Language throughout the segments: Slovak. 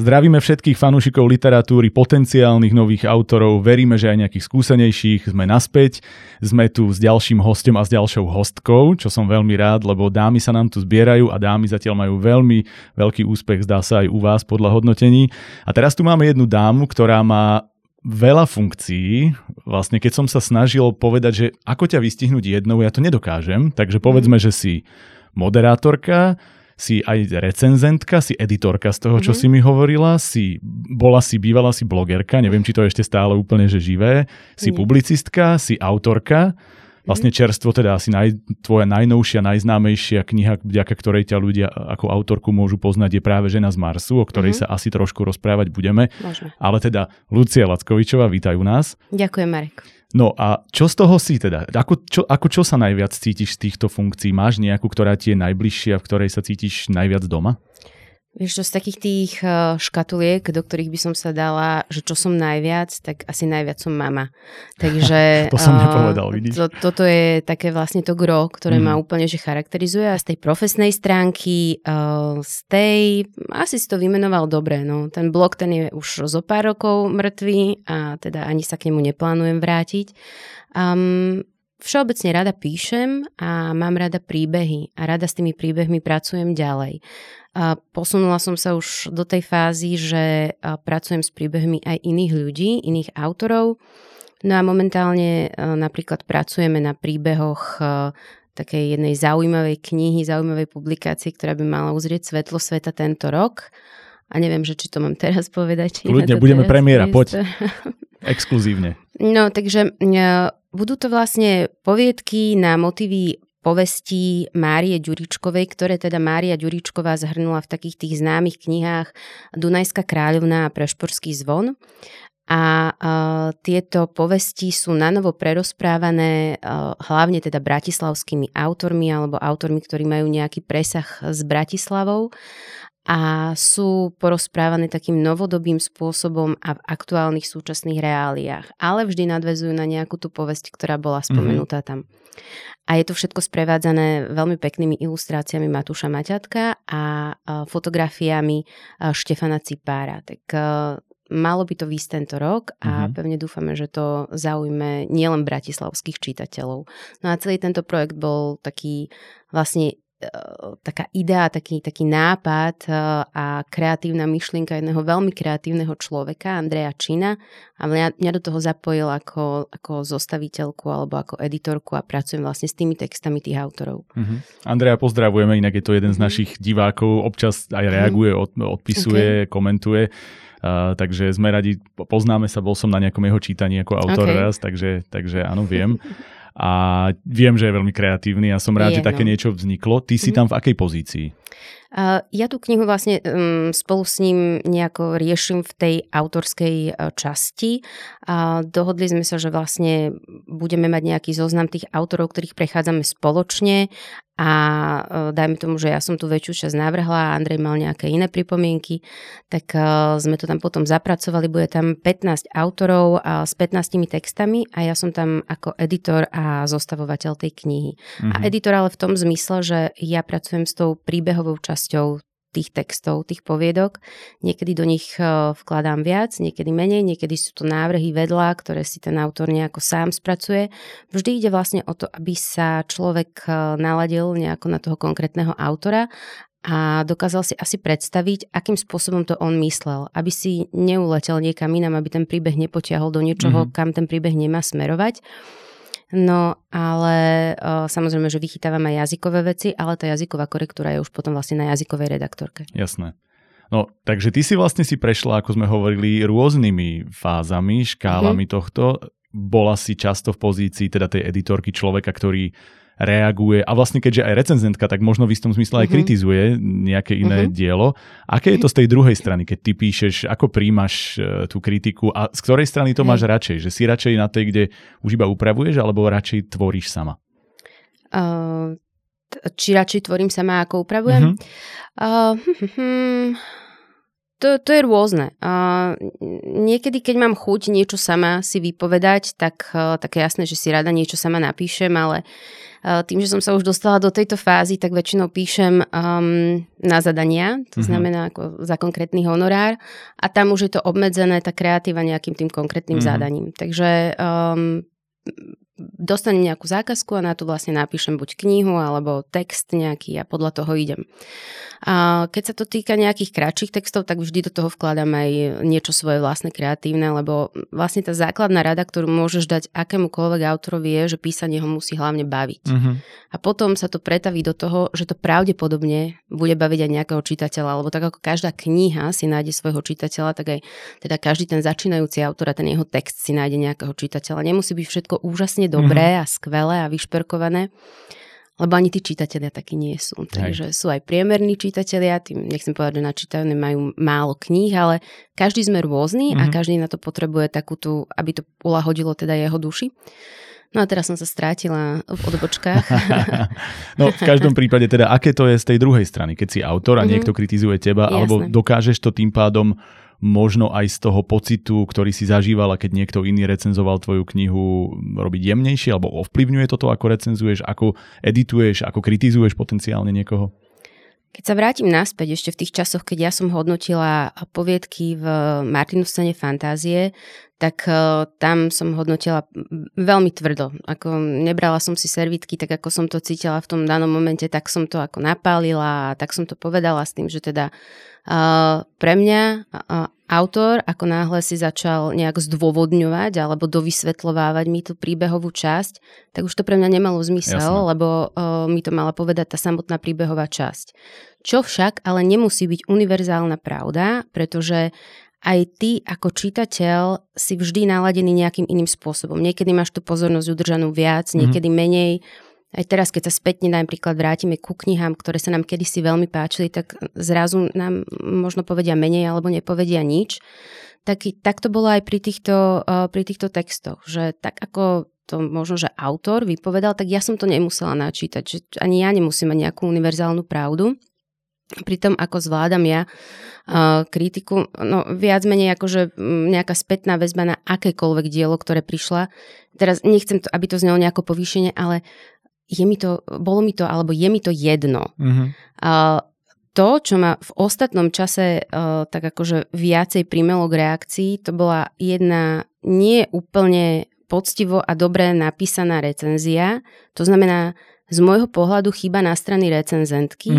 Zdravíme všetkých fanúšikov literatúry, potenciálnych nových autorov, veríme, že aj nejakých skúsenejších. Sme naspäť, sme tu s ďalším hostom a s ďalšou hostkou, čo som veľmi rád, lebo dámy sa nám tu zbierajú a dámy zatiaľ majú veľmi veľký úspech, zdá sa aj u vás podľa hodnotení. A teraz tu máme jednu dámu, ktorá má veľa funkcií. Vlastne keď som sa snažil povedať, že ako ťa vystihnúť jednou, ja to nedokážem, takže povedzme, že si moderátorka, si aj recenzentka, si editorka z toho, čo si mi hovorila, bývala si blogerka, neviem, či to je ešte stále úplne že živé, si publicistka, si autorka, vlastne čerstvo, teda asi tvoja najnovšia, najznámejšia kniha, vďaka ktorej ťa ľudia ako autorku môžu poznať, je práve Žena z Marsu, o ktorej sa asi trošku rozprávať budeme. Môžeme. Ale teda Lucia Lackovičová, vítaj u nás. Ďakujem, Marek. No a čo z toho si teda? Čo sa najviac cítiš z týchto funkcií? Máš nejakú, ktorá ti je najbližšia, v ktorej sa cítiš najviac doma? Vieš, čo z takých tých škatuliek, do ktorých by som sa dala, že čo som najviac, tak asi najviac som mama. Takže to som nepovedal, vidíš? Toto je také vlastne to gro, ktoré ma úplne že charakterizuje. A z tej profesnej stránky, asi si to vymenoval dobre. No. Ten blog, ten je už zo pár rokov mŕtvý a teda ani sa k nemu neplánujem vrátiť. Všeobecne rada píšem a mám rada príbehy a rada s tými príbehmi pracujem ďalej. A posunula som sa už do tej fázy, že pracujem s príbehmi aj iných ľudí, iných autorov. No a momentálne napríklad pracujeme na príbehoch takej jednej zaujímavej knihy, zaujímavej publikácie, ktorá by mala uzrieť svetlo sveta tento rok. A neviem, že či to mám teraz povedať. Ľudia, budeme premiéra, poď. Exkluzívne. No, takže budú to vlastne poviedky na motívy povestí Márie Ďuričkovej, ktoré teda Mária Ďuričková zhrnula v takých tých známych knihách Dunajská kráľovná a Prešporský zvon. A tieto povesti sú nanovo prerozprávané hlavne teda bratislavskými autormi alebo autormi, ktorí majú nejaký presah s Bratislavou a sú porozprávané takým novodobým spôsobom a v aktuálnych súčasných reáliách, ale vždy nadväzujú na nejakú tú povesť, ktorá bola spomenutá tam. A je to všetko sprevádzané veľmi peknými ilustráciami Matúša Maťatka a fotografiami Štefana Cipára. Tak malo by to výsť tento rok a pevne dúfame, že to zaujme nielen bratislavských čitateľov. No a celý tento projekt bol taký vlastne taká idea, taký nápad a kreatívna myšlienka jedného veľmi kreatívneho človeka, Andreja Čina, a mňa do toho zapojil ako zostaviteľku alebo ako editorku a pracujem vlastne s tými textami tých autorov. Andreja pozdravujeme, inak je to jeden z našich divákov, občas aj reaguje, odpisuje, komentuje. Takže sme radi, poznáme sa, bol som na nejakom jeho čítaní ako autor raz, takže áno, viem. A viem, že je veľmi kreatívny a som rád, že také niečo vzniklo. Ty si tam v akej pozícii? Ja tú knihu vlastne spolu s ním nejako riešim v tej autorskej časti. Dohodli sme sa, že vlastne budeme mať nejaký zoznam tých autorov, ktorých prechádzame spoločne a dajme tomu, že ja som tu väčšiu časť navrhla a Andrej mal nejaké iné pripomienky, tak sme to tam potom zapracovali. Bude tam 15 autorov s 15 textami a ja som tam ako editor a zostavovateľ tej knihy. A editor ale v tom zmysle, že ja pracujem s tou príbehovou časťou tých textov, tých poviedok. Niekedy do nich vkladám viac, niekedy menej, niekedy sú to návrhy vedľa, ktoré si ten autor nejako sám spracuje. Vždy ide vlastne o to, aby sa človek naladil nejako na toho konkrétneho autora a dokázal si asi predstaviť, akým spôsobom to on myslel, aby si neuletel niekam inam, aby ten príbeh nepotiahol do niečoho, kam ten príbeh nemá smerovať. No, ale samozrejme, že vychytávam aj jazykové veci, ale tá jazyková korektúra je už potom vlastne na jazykovej redaktorke. Jasné. No, takže ty si vlastne prešla, ako sme hovorili, rôznymi fázami, škálami tohto. Bola si často v pozícii teda tej editorky, človeka, ktorý reaguje a vlastne keďže aj recenzentka, tak možno v istom zmysle aj kritizuje nejaké iné dielo. Aké je to z tej druhej strany, keď ty píšeš, ako príjmaš tú kritiku a z ktorej strany to máš radšej? Že si radšej na tej, kde už iba upravuješ, alebo radšej tvoríš sama? Či radšej tvorím sama, ako upravujem? To je rôzne. Niekedy, keď mám chuť niečo sama si vypovedať, tak je jasné, že si rada niečo sama napíšem, ale tým, že som sa už dostala do tejto fázy, tak väčšinou píšem na zadania, to znamená ako za konkrétny honorár a tam už je to obmedzené, tá kreatíva nejakým tým konkrétnym zadaním. Takže dostanem nejakú zákazku a na to vlastne napíšem buď knihu alebo text nejaký a podľa toho idem. A keď sa to týka nejakých kratších textov, tak vždy do toho vkladám aj niečo svoje vlastné kreatívne, lebo vlastne tá základná rada, ktorú môžeš dať akémukoľvek autorovi je, že písanie ho musí hlavne baviť. A potom sa to pretaví do toho, že to pravdepodobne bude baviť aj nejakého čitateľa, lebo tak ako každá kniha si nájde svojho čitateľa, tak aj teda každý ten začínajúci autor a ten jeho text si nájde nejakého čitateľa. Nemusí byť všetko úžasne dobré a skvelé a vyšperkované, lebo ani tí čitatelia takí nie sú. Takže sú aj priemerní čitatelia, tým nechcem povedať, že načítané majú málo kníh, ale každý sme rôzny a každý na to potrebuje takú tú, aby to ulahodilo teda jeho duši. No a teraz som sa strátila v odbočkách. No v každom prípade teda, aké to je z tej druhej strany, keď si autor a niekto kritizuje teba, alebo dokážeš to tým pádom možno aj z toho pocitu, ktorý si zažívala, keď niekto iný recenzoval tvoju knihu, robiť jemnejšie, alebo ovplyvňuje to, ako recenzuješ, ako edituješ, ako kritizuješ potenciálne niekoho? Keď sa vrátim naspäť ešte v tých časoch, keď ja som hodnotila poviedky v Martinu scéne fantázie, tak tam som hodnotila veľmi tvrdo. Ako nebrala som si servítky, tak ako som to cítila v tom danom momente, tak som to ako napálila a tak som to povedala s tým, že teda pre mňa autor, ako náhle si začal nejak zdôvodňovať alebo dovysvetľovávať mi tú príbehovú časť, tak už to pre mňa nemalo zmysel, lebo mi to mala povedať tá samotná príbehová časť. Čo však ale nemusí byť univerzálna pravda, pretože aj ty ako čitateľ si vždy naladený nejakým iným spôsobom. Niekedy máš tú pozornosť udržanú viac, niekedy menej. Aj teraz, keď sa spätne napríklad vrátime ku knihám, ktoré sa nám kedysi veľmi páčili, tak zrazu nám možno povedia menej alebo nepovedia nič. Tak to bolo aj pri týchto textoch, že tak ako to možno, že autor vypovedal, tak ja som to nemusela načítať, že ani ja nemusím mať nejakú univerzálnu pravdu. Pri tom, ako zvládam ja kritiku, no viac menej akože nejaká spätná väzba na akékoľvek dielo, ktoré prišla. Teraz nechcem to, aby to znelo nejako povýšene, ale bolo mi to, alebo je mi to jedno. To, čo ma v ostatnom čase tak akože viacej primelo k reakcii, to bola jedna nie úplne poctivo a dobre napísaná recenzia. To znamená, z môjho pohľadu chyba na strany recenzentky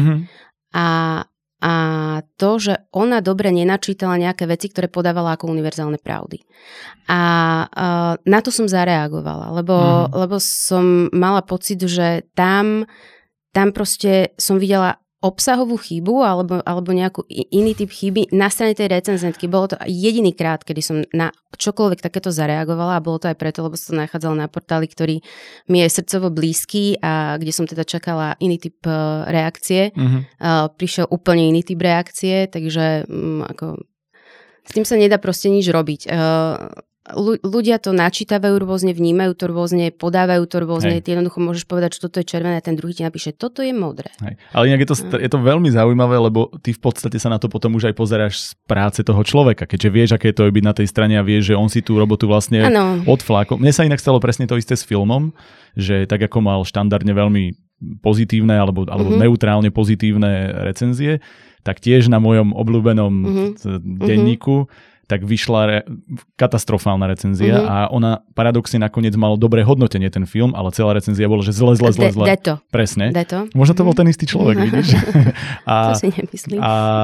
a to, že ona dobre nenačítala nejaké veci, ktoré podávala ako univerzálne pravdy. A na to som zareagovala, lebo som mala pocit, že tam proste som videla obsahovú chybu alebo nejakú iný typ chyby na strane tej recenzentky. Bolo to jediný krát, kedy som na čokoľvek takéto zareagovala a bolo to aj preto, lebo som to nachádzala na portáli, ktorý mi je srdcovo blízky a kde som teda čakala iný typ reakcie. Prišiel úplne iný typ reakcie, takže ako, s tým sa nedá proste nič robiť. Ľudia to načítavajú rôzne, vnímajú to rôzne, podávajú to rôzne. Ty jednoducho môžeš povedať, že toto je červené a ten druhý ti napíše, toto je modré. Ale inak je to veľmi zaujímavé, lebo ty v podstate sa na to potom už aj pozeráš z práce toho človeka, keďže vieš, aké to je byť na tej strane a vieš, že on si tú robotu vlastne odflákol. Mne sa inak stalo presne to isté s filmom, že tak ako mal štandardne veľmi pozitívne alebo neutrálne pozitívne recenzie, tak tiež na mojom obľúbenom denníku tak vyšla katastrofálna recenzia a ona paradoxne nakoniec mal dobré hodnotenie ten film, ale celá recenzia bola, že zle. Deto. Presne. Deto. Možno to bol ten istý človek, vidíš? To si nemyslím.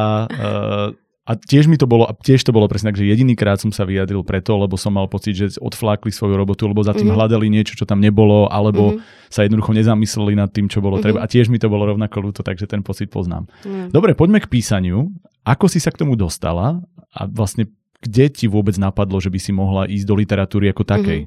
A tiež to bolo presne tak, že jedinýkrát som sa vyjadril preto, lebo som mal pocit, že odflákli svoju robotu, lebo za tým hľadali niečo, čo tam nebolo, alebo sa jednoducho nezamysleli nad tým, čo bolo treba. A tiež mi to bolo rovnako ľúto, takže ten pocit poznám. Dobre, poďme k písaniu. Ako si sa k tomu dostala a vlastne kde ti vôbec napadlo, že by si mohla ísť do literatúry ako takej?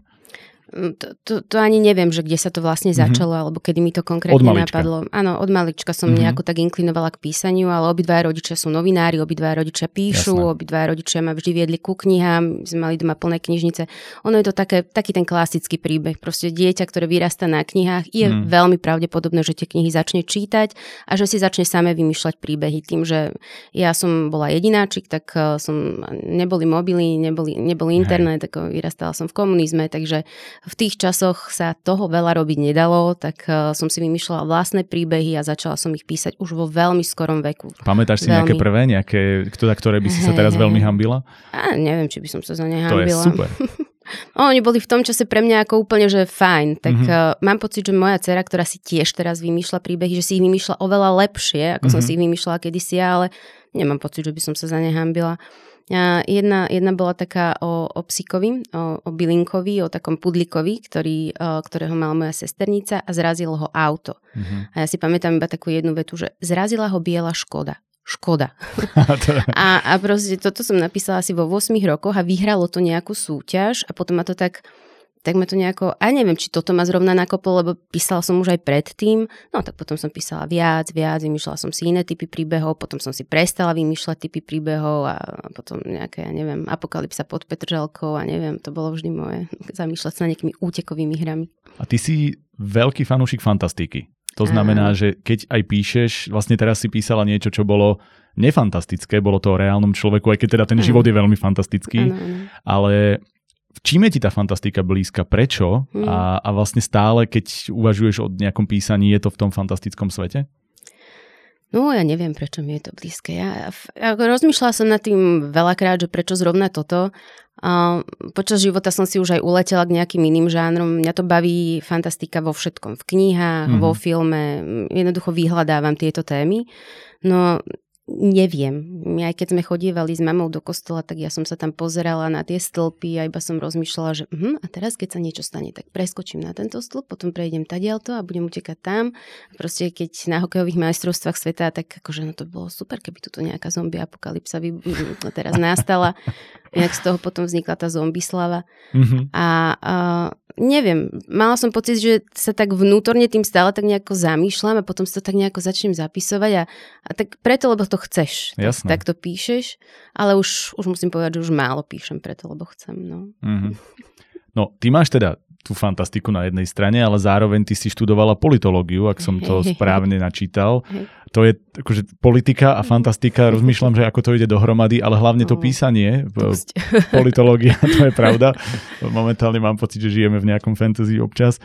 To ani neviem, že kde sa to vlastne začalo, alebo kedy mi to konkrétne napadlo. Áno, od malička som nejako tak inklinovala k písaniu, ale obidvaja rodičia sú novinári, obidvaja rodičia píšu, obidvaja rodičia ma vždy viedli ku knihám, sme mali doma plné knižnice. Ono je to taký ten klasický príbeh. Proste dieťa, ktoré vyrastá na knihách, je veľmi pravdepodobné, že tie knihy začne čítať a že si začne same vymýšľať príbehy. Tým, že ja som bola jedináčik, tak neboli mobily, nebol internet, tak vyrastala som v komunizme, takže v tých časoch sa toho veľa robiť nedalo, tak som si vymýšľala vlastné príbehy a začala som ich písať už vo veľmi skorom veku. Pamätáš si nejaké prvé, ktoré by si sa teraz veľmi hanbila? Neviem, či by som sa za ne To hanbila. je super. Oni boli v tom čase pre mňa ako úplne, že fajn. Tak mám pocit, že moja dcera, ktorá si tiež teraz vymýšľa príbehy, že si ich vymýšľa oveľa lepšie, ako som si ich vymýšľala kedysi, ale nemám pocit, že by som sa za ne hanbila. Jedna bola taká o psíkovi, o bylinkovi, o takom pudlíkovi, ktorého mala moja sesternica a zrazilo ho auto. A ja si pamätám iba takú jednu vetu, že zrazila ho biela škoda. A proste toto som napísala asi vo 8 rokoch a vyhralo to nejakú súťaž a potom ma to tak ma to nejako, a neviem, či toto ma zrovna nakoplo, lebo písala som už aj predtým, no tak potom som písala viac, vymýšľala som si iné typy príbehov, potom som si prestala vymýšľať typy príbehov a potom nejaké, ja neviem, apokalypsa pod Petržalkou a neviem, to bolo vždy moje, zamýšľať sa nejakými útekovými hrami. A ty si veľký fanúšik fantastiky. To znamená, že keď aj píšeš, vlastne teraz si písala niečo, čo bolo nefantastické, bolo to o reálnom človeku, aj keď teda ten život je veľmi fantastický, ale čím je ti tá fantastika blízka? Prečo? A vlastne stále, keď uvažuješ o nejakom písaní, je to v tom fantastickom svete? No ja neviem, prečo mi je to blízke. Ja rozmýšľala som nad tým veľakrát, že prečo zrovna toto. Počas života som si už aj uletela k nejakým iným žánrom. Mňa to baví fantastika vo všetkom. V knihách, vo filme. Jednoducho vyhľadávam tieto témy. No neviem. Aj keď sme chodievali s mamou do kostola, tak ja som sa tam pozerala na tie stĺpy a iba som rozmýšľala, že a teraz keď sa niečo stane, tak preskočím na tento stĺp, potom prejdem tadiaľto a budem utekať tam. A proste keď na hokejových majstrovstvách sveta, tak akože no to bolo super, keby tuto nejaká zombie apokalypsa teraz nastala. Nejak z toho potom vznikla tá zombislava. A neviem, mala som pocit, že sa tak vnútorne tým stále tak nejako zamýšľam a potom si to tak nejako začnem zapisovať a tak preto, lebo to chceš. Tak to píšeš, ale už musím povedať, že už málo píšem preto, lebo chcem. No. No, ty máš teda tú fantastiku na jednej strane, ale zároveň ty si študovala politológiu, ak som to správne načítal. To je akože politika a fantastika, rozmýšľam, že ako to ide dohromady, ale hlavne to písanie, politológia, to je pravda. Momentálne mám pocit, že žijeme v nejakom fantasy občas.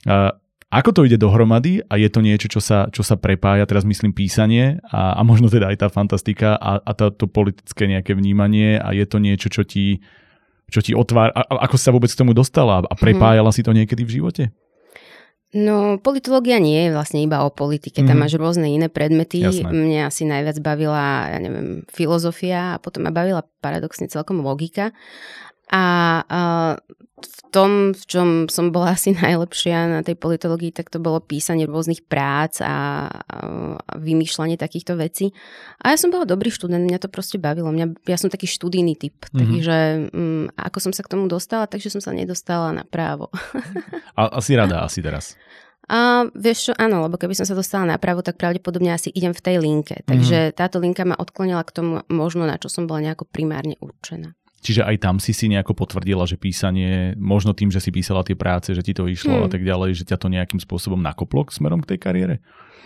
Ako to ide dohromady a je to niečo, čo sa prepája, teraz myslím písanie a možno teda aj tá fantastika a to politické nejaké vnímanie a je to niečo, čo ti otvára, ako si sa vôbec k tomu dostala a prepájala si to niekedy v živote? No, politológia nie je vlastne iba o politike, tam máš rôzne iné predmety. Jasné. Mňa asi najviac bavila, ja neviem, filozofia a potom ma bavila paradoxne celkom logika. A v tom, v čom som bola asi najlepšia na tej politológii, tak to bolo písanie rôznych prác a vymýšľanie takýchto vecí. A ja som bola dobrý študent, mňa to proste bavilo. Ja som taký študijný typ, takže ako som sa k tomu dostala, takže som sa nedostala na právo. A si rada asi teraz? A vieš čo, áno, lebo keby som sa dostala na právo, tak pravdepodobne asi idem v tej linke. Takže táto linka ma odklonila k tomu možno, na čo som bola nejako primárne určená. Čiže aj tam si nejako potvrdila, že písanie, možno tým, že si písala tie práce, že ti to išlo a tak ďalej, že ťa to nejakým spôsobom nakoplo smerom k tej kariére?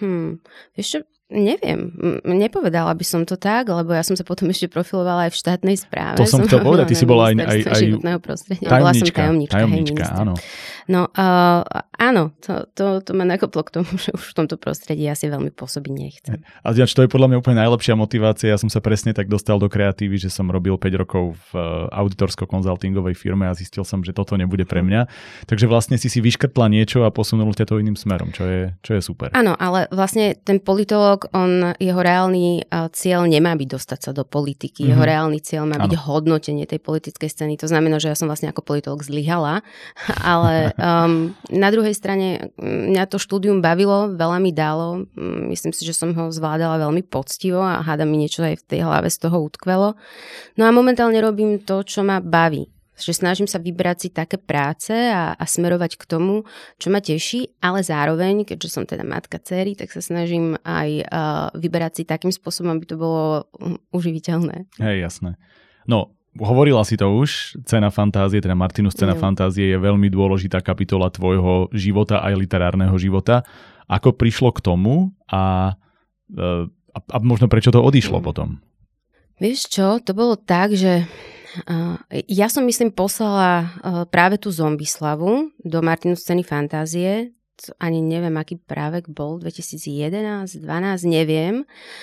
Vieš čo, neviem. Nepovedala by som to tak, lebo ja som sa potom ešte profilovala aj v štátnej správe. To som chcel povedať, ty si bola aj životného prostredia. Bola som tajomnička, áno. No áno, to ma nakoplo k tomu, že už v tomto prostredí asi veľmi pôsobiť nechcem. A to je podľa mňa úplne najlepšia motivácia. Ja som sa presne tak dostal do kreatívy, že som robil 5 rokov v auditorsko-konzultingovej firme a zistil som, že toto nebude pre mňa. Takže vlastne si vyškrtla niečo a posunul ťa to iným smerom, čo je super. Áno, ale vlastne ten politológ, jeho reálny cieľ nemá byť dostať sa do politiky. Jeho reálny cieľ má byť hodnotenie tej politickej scény. To znamená, že ja som vlastne ako politológ zlyhala, ale na druhej strane mňa to štúdium bavilo, veľa mi dalo. Myslím si, že som ho zvládala veľmi poctivo a hádam mi niečo aj v tej hlave z toho utkvelo. No a momentálne robím to, čo ma baví. Že snažím sa vybrať si také práce a smerovať k tomu, čo ma teší, ale zároveň, keďže som teda matka dcery, tak sa snažím aj vyberať si takým spôsobom, aby to bolo uživiteľné. Hej, jasné. No, hovorila si to už, Cena fantázie, teda Martinus Cena fantázie je veľmi dôležitá kapitola tvojho života, aj literárneho života. Ako prišlo k tomu a možno prečo to odišlo potom? Vieš čo, to bolo tak, že Ja som, myslím, poslala práve tú Zombislavu do Martinus ceny fantázie. Ani neviem, aký právek bol, 2011, 12, neviem.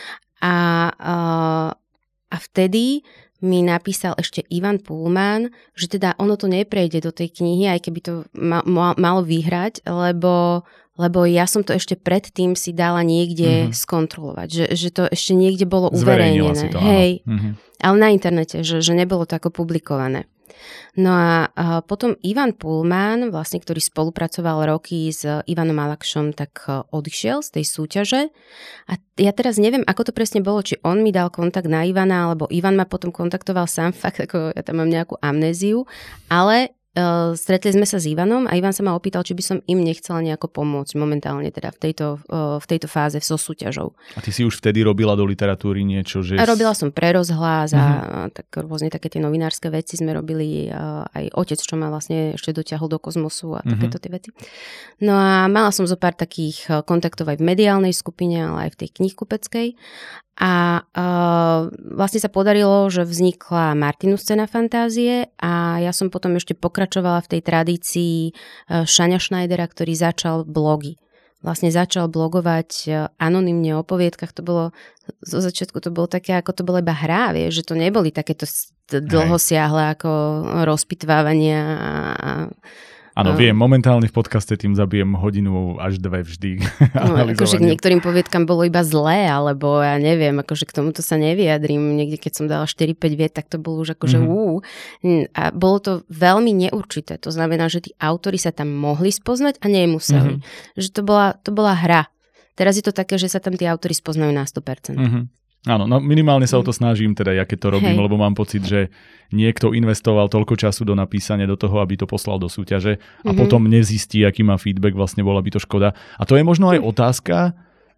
A vtedy mi napísal ešte Ivan Pullman, že teda ono to neprejde do tej knihy, aj keby to malo vyhrať, lebo ja som to ešte predtým si dala niekde skontrolovať, že to ešte niekde bolo uverejnené. To, hej, ale na internete, že nebolo to ako publikované. No a potom Ivan Pullman, vlastne, ktorý spolupracoval roky s Ivanom Alakšom, tak odišiel z tej súťaže. A ja teraz neviem, ako to presne bolo, či on mi dal kontakt na Ivana, alebo Ivan ma potom kontaktoval sám, fakt, ako ja tam mám nejakú amnéziu, ale stretli sme sa s Ivanom a Ivan sa ma opýtal, či by som im nechcela nejako pomôcť momentálne teda v tejto fáze so súťažou. A ty si už vtedy robila do literatúry niečo? Že... A robila som pre rozhlas a tak rôzne také tie novinárske veci sme robili, aj otec, čo ma vlastne ešte dotiahol do kozmosu a takéto tie veci. No a mala som zo pár takých kontaktov aj v mediálnej skupine, ale aj v tej knihkupeckej. A vlastne sa podarilo, že vznikla Martinus cena fantázie a ja som potom ešte pokračovala v tej tradícii Šaňa Schneidera, ktorý začal blogy. Vlastne začal blogovať anonymne o poviedkach. To bolo, zo začiatku to bolo také, ako to bola iba hra, vieš, že to neboli takéto dlhosiahle ako rozpitvávania a áno, viem, momentálne v podcaste tým zabijem hodinu až 2 vždy. No, akože k niektorým poviedkam bolo iba zlé, alebo ja neviem, akože k tomuto sa nevyjadrím. Niekde, keď som dala 4-5 viet, tak to bolo už akože A bolo to veľmi neurčité. To znamená, že tí autori sa tam mohli spoznať a nemuseli. Že to bola hra. Teraz je to také, že sa tam tí autori spoznajú na 100%. Áno, no minimálne sa o to snažím, teda ja keď to robím, lebo mám pocit, že niekto investoval toľko času do napísania do toho, aby to poslal do súťaže a potom nezistí, aký má feedback, vlastne bola by to škoda. A to je možno aj otázka,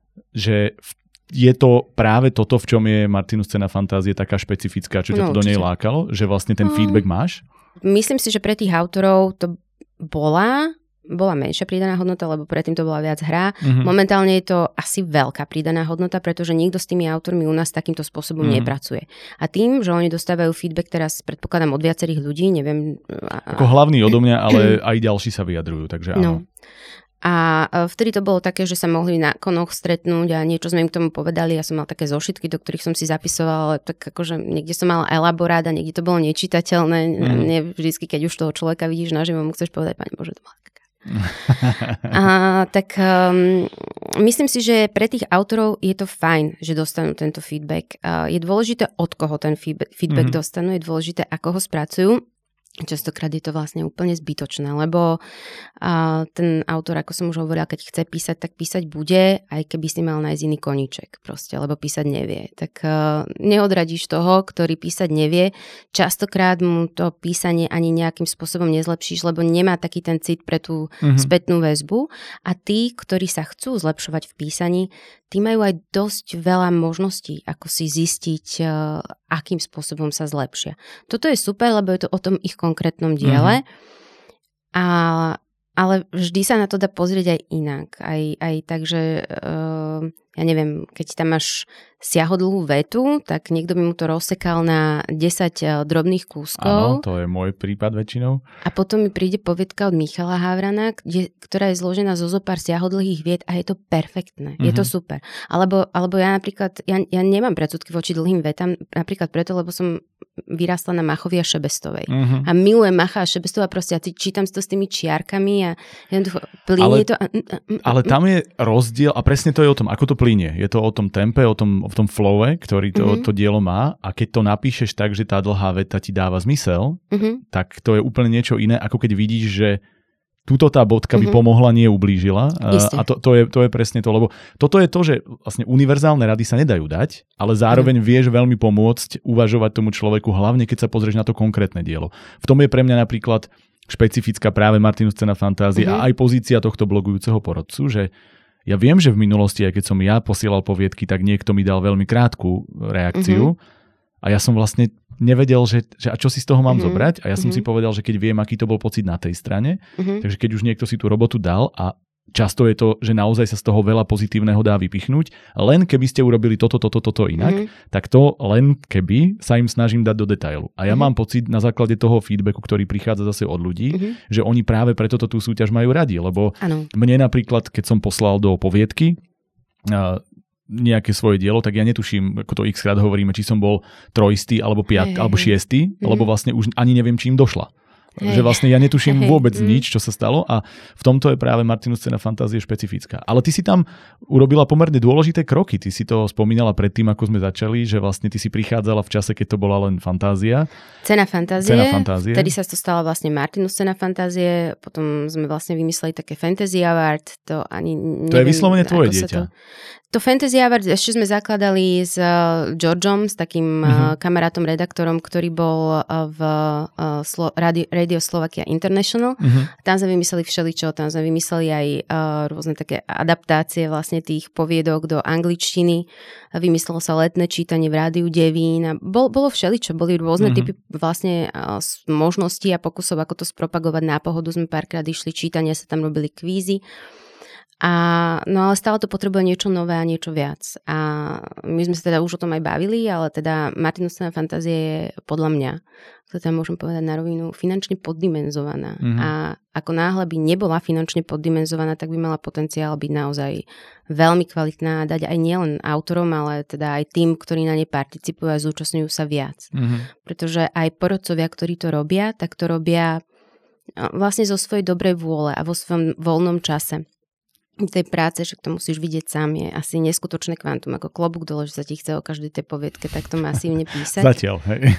že je to práve toto, v čom je Martinus cena fantázie taká špecifická, čo ťa to do nej lákalo, že vlastne ten feedback máš? Myslím si, že pre tých autorov to bola menšia pridaná hodnota, lebo predtým to bola viac hra. Momentálne je to asi veľká pridaná hodnota, pretože nikto s tými autormi u nás takýmto spôsobom nepracuje. A tým, že oni dostávajú feedback teraz, predpokladám, od viacerých ľudí, neviem... Ako hlavný odo mňa, ale aj ďalší sa vyjadrujú, takže áno. No. A vtedy to bolo také, že sa mohli na konoch stretnúť a niečo sme im k tomu povedali. Ja som mala také zošitky, do ktorých som si zapisovala, ale tak akože niekde som mala elaborát a niekde to bolo nečitateľné. Nie vždycky, keď už toho človeka vidíš naživo, mu chceš povedať, Pane Bože, to bola myslím si, že pre tých autorov je to fajn, že dostanú tento feedback. Je dôležité, od koho ten feedback dostanú, je dôležité, ako ho spracujú. Častokrát je to vlastne úplne zbytočné, lebo ten autor, ako som už hovorila, keď chce písať, tak písať bude, aj keby si mal nájsť iný koníček proste, lebo písať nevie. Tak neodradíš toho, ktorý písať nevie. Častokrát mu to písanie ani nejakým spôsobom nezlepšíš, lebo nemá taký ten cit pre tú spätnú väzbu. A tí, ktorí sa chcú zlepšovať v písaní, tí majú aj dosť veľa možností, ako si zistiť, akým spôsobom sa zlepšia. Toto je super, lebo je to o tom ich konkrétnom diele, ale vždy sa na to dá pozrieť aj inak. Aj tak, že ja neviem, keď tam máš siahodlhú vetu, tak niekto by mu to rozsekal na 10 drobných kúskov. Áno, to je môj prípad väčšinou. A potom mi príde poviedka od Michala Havrana, ktorá je zložená zo zopár siahodlhých viet a je to perfektné. Je to super. Alebo ja napríklad, ja nemám predsudky voči dlhým vetám, napríklad preto, lebo som vyrástla na Machovi a Šebestovej. A milujem Macha a Šebestova, proste a čítam si to s tými čiarkami a jednoducho plynie to. Ale tam je rozdiel a presne to je o tom, ako to plynie. Je to o tom tempe, o tom flowe, ktorý to dielo má a keď to napíšeš tak, že tá dlhá veta ti dáva zmysel, tak to je úplne niečo iné, ako keď vidíš, že túto tá bodka by pomohla, nie ublížila. A to je presne to, lebo toto je to, že vlastne univerzálne rady sa nedajú dať, ale zároveň vieš veľmi pomôcť uvažovať tomu človeku, hlavne keď sa pozrieš na to konkrétne dielo. V tom je pre mňa napríklad špecifická práve Martinus cena fantázie a aj pozícia tohto blogujúceho porodcu, že ja viem, že v minulosti, aj keď som ja posielal poviedky, tak niekto mi dal veľmi krátku reakciu a ja som vlastne nevedel, že a čo si z toho mám zobrať a ja som si povedal, že keď viem, aký to bol pocit na tej strane, takže keď už niekto si tú robotu dal a často je to, že naozaj sa z toho veľa pozitívneho dá vypichnúť. Len keby ste urobili toto inak, tak to len keby sa im snažím dať do detailu. A ja mám pocit na základe toho feedbacku, ktorý prichádza zase od ľudí, že oni práve preto tú súťaž majú radi, lebo mne napríklad, keď som poslal do poviedky nejaké svoje dielo, tak ja netuším, ako to x-krát hovoríme, či som bol trojistý alebo alebo šiestý, lebo vlastne už ani neviem, či im došla. Že vlastne ja netuším vôbec nič, čo sa stalo a v tomto je práve Martinus Cena fantázie špecifická. Ale ty si tam urobila pomerne dôležité kroky. Ty si to spomínala predtým, ako sme začali, že vlastne ty si prichádzala v čase, keď to bola len fantázia. Cena fantázie. Vtedy sa to stala vlastne Martinus Cena fantázie, potom sme vlastne vymysleli také Fantasy Award. To ani neviem, to je vyslovene tvoje dieťa. To Fantasy Award ešte sme zakladali s Georgeom, s takým kamarátom, redaktorom, ktorý bol v Radio Slovakia International. Tam sme vymysleli všeličo, tam sme vymysleli aj rôzne také adaptácie vlastne tých poviedok do angličtiny. Vymyslelo sa letné čítanie v Rádiu Devín. Bolo všeličo, boli rôzne typy vlastne možností a pokusov, ako to spropagovať. Na Pohodu sme párkrát išli, čítania sa tam robili kvízy. No ale stále to potrebuje niečo nové a niečo viac. A my sme sa teda už o tom aj bavili, ale teda Martinus Cena fantázie je podľa mňa, to tam môžem povedať na rovinu, finančne poddimenzovaná. A ako náhle by nebola finančne poddimenzovaná, tak by mala potenciál byť naozaj veľmi kvalitná a dať aj nielen autorom, ale teda aj tým, ktorí na nej participujú a zúčastňujú sa viac. Pretože aj porodcovia, ktorí to robia, tak to robia vlastne zo svojej dobrej vôle a vo svojom voľnom čase. Tej práce, že to musíš vidieť sám, je asi neskutočné kvantum, ako klobúk dole, že sa ti chce o každej tej poviedke takto masívne písať. Zatiaľ, hej.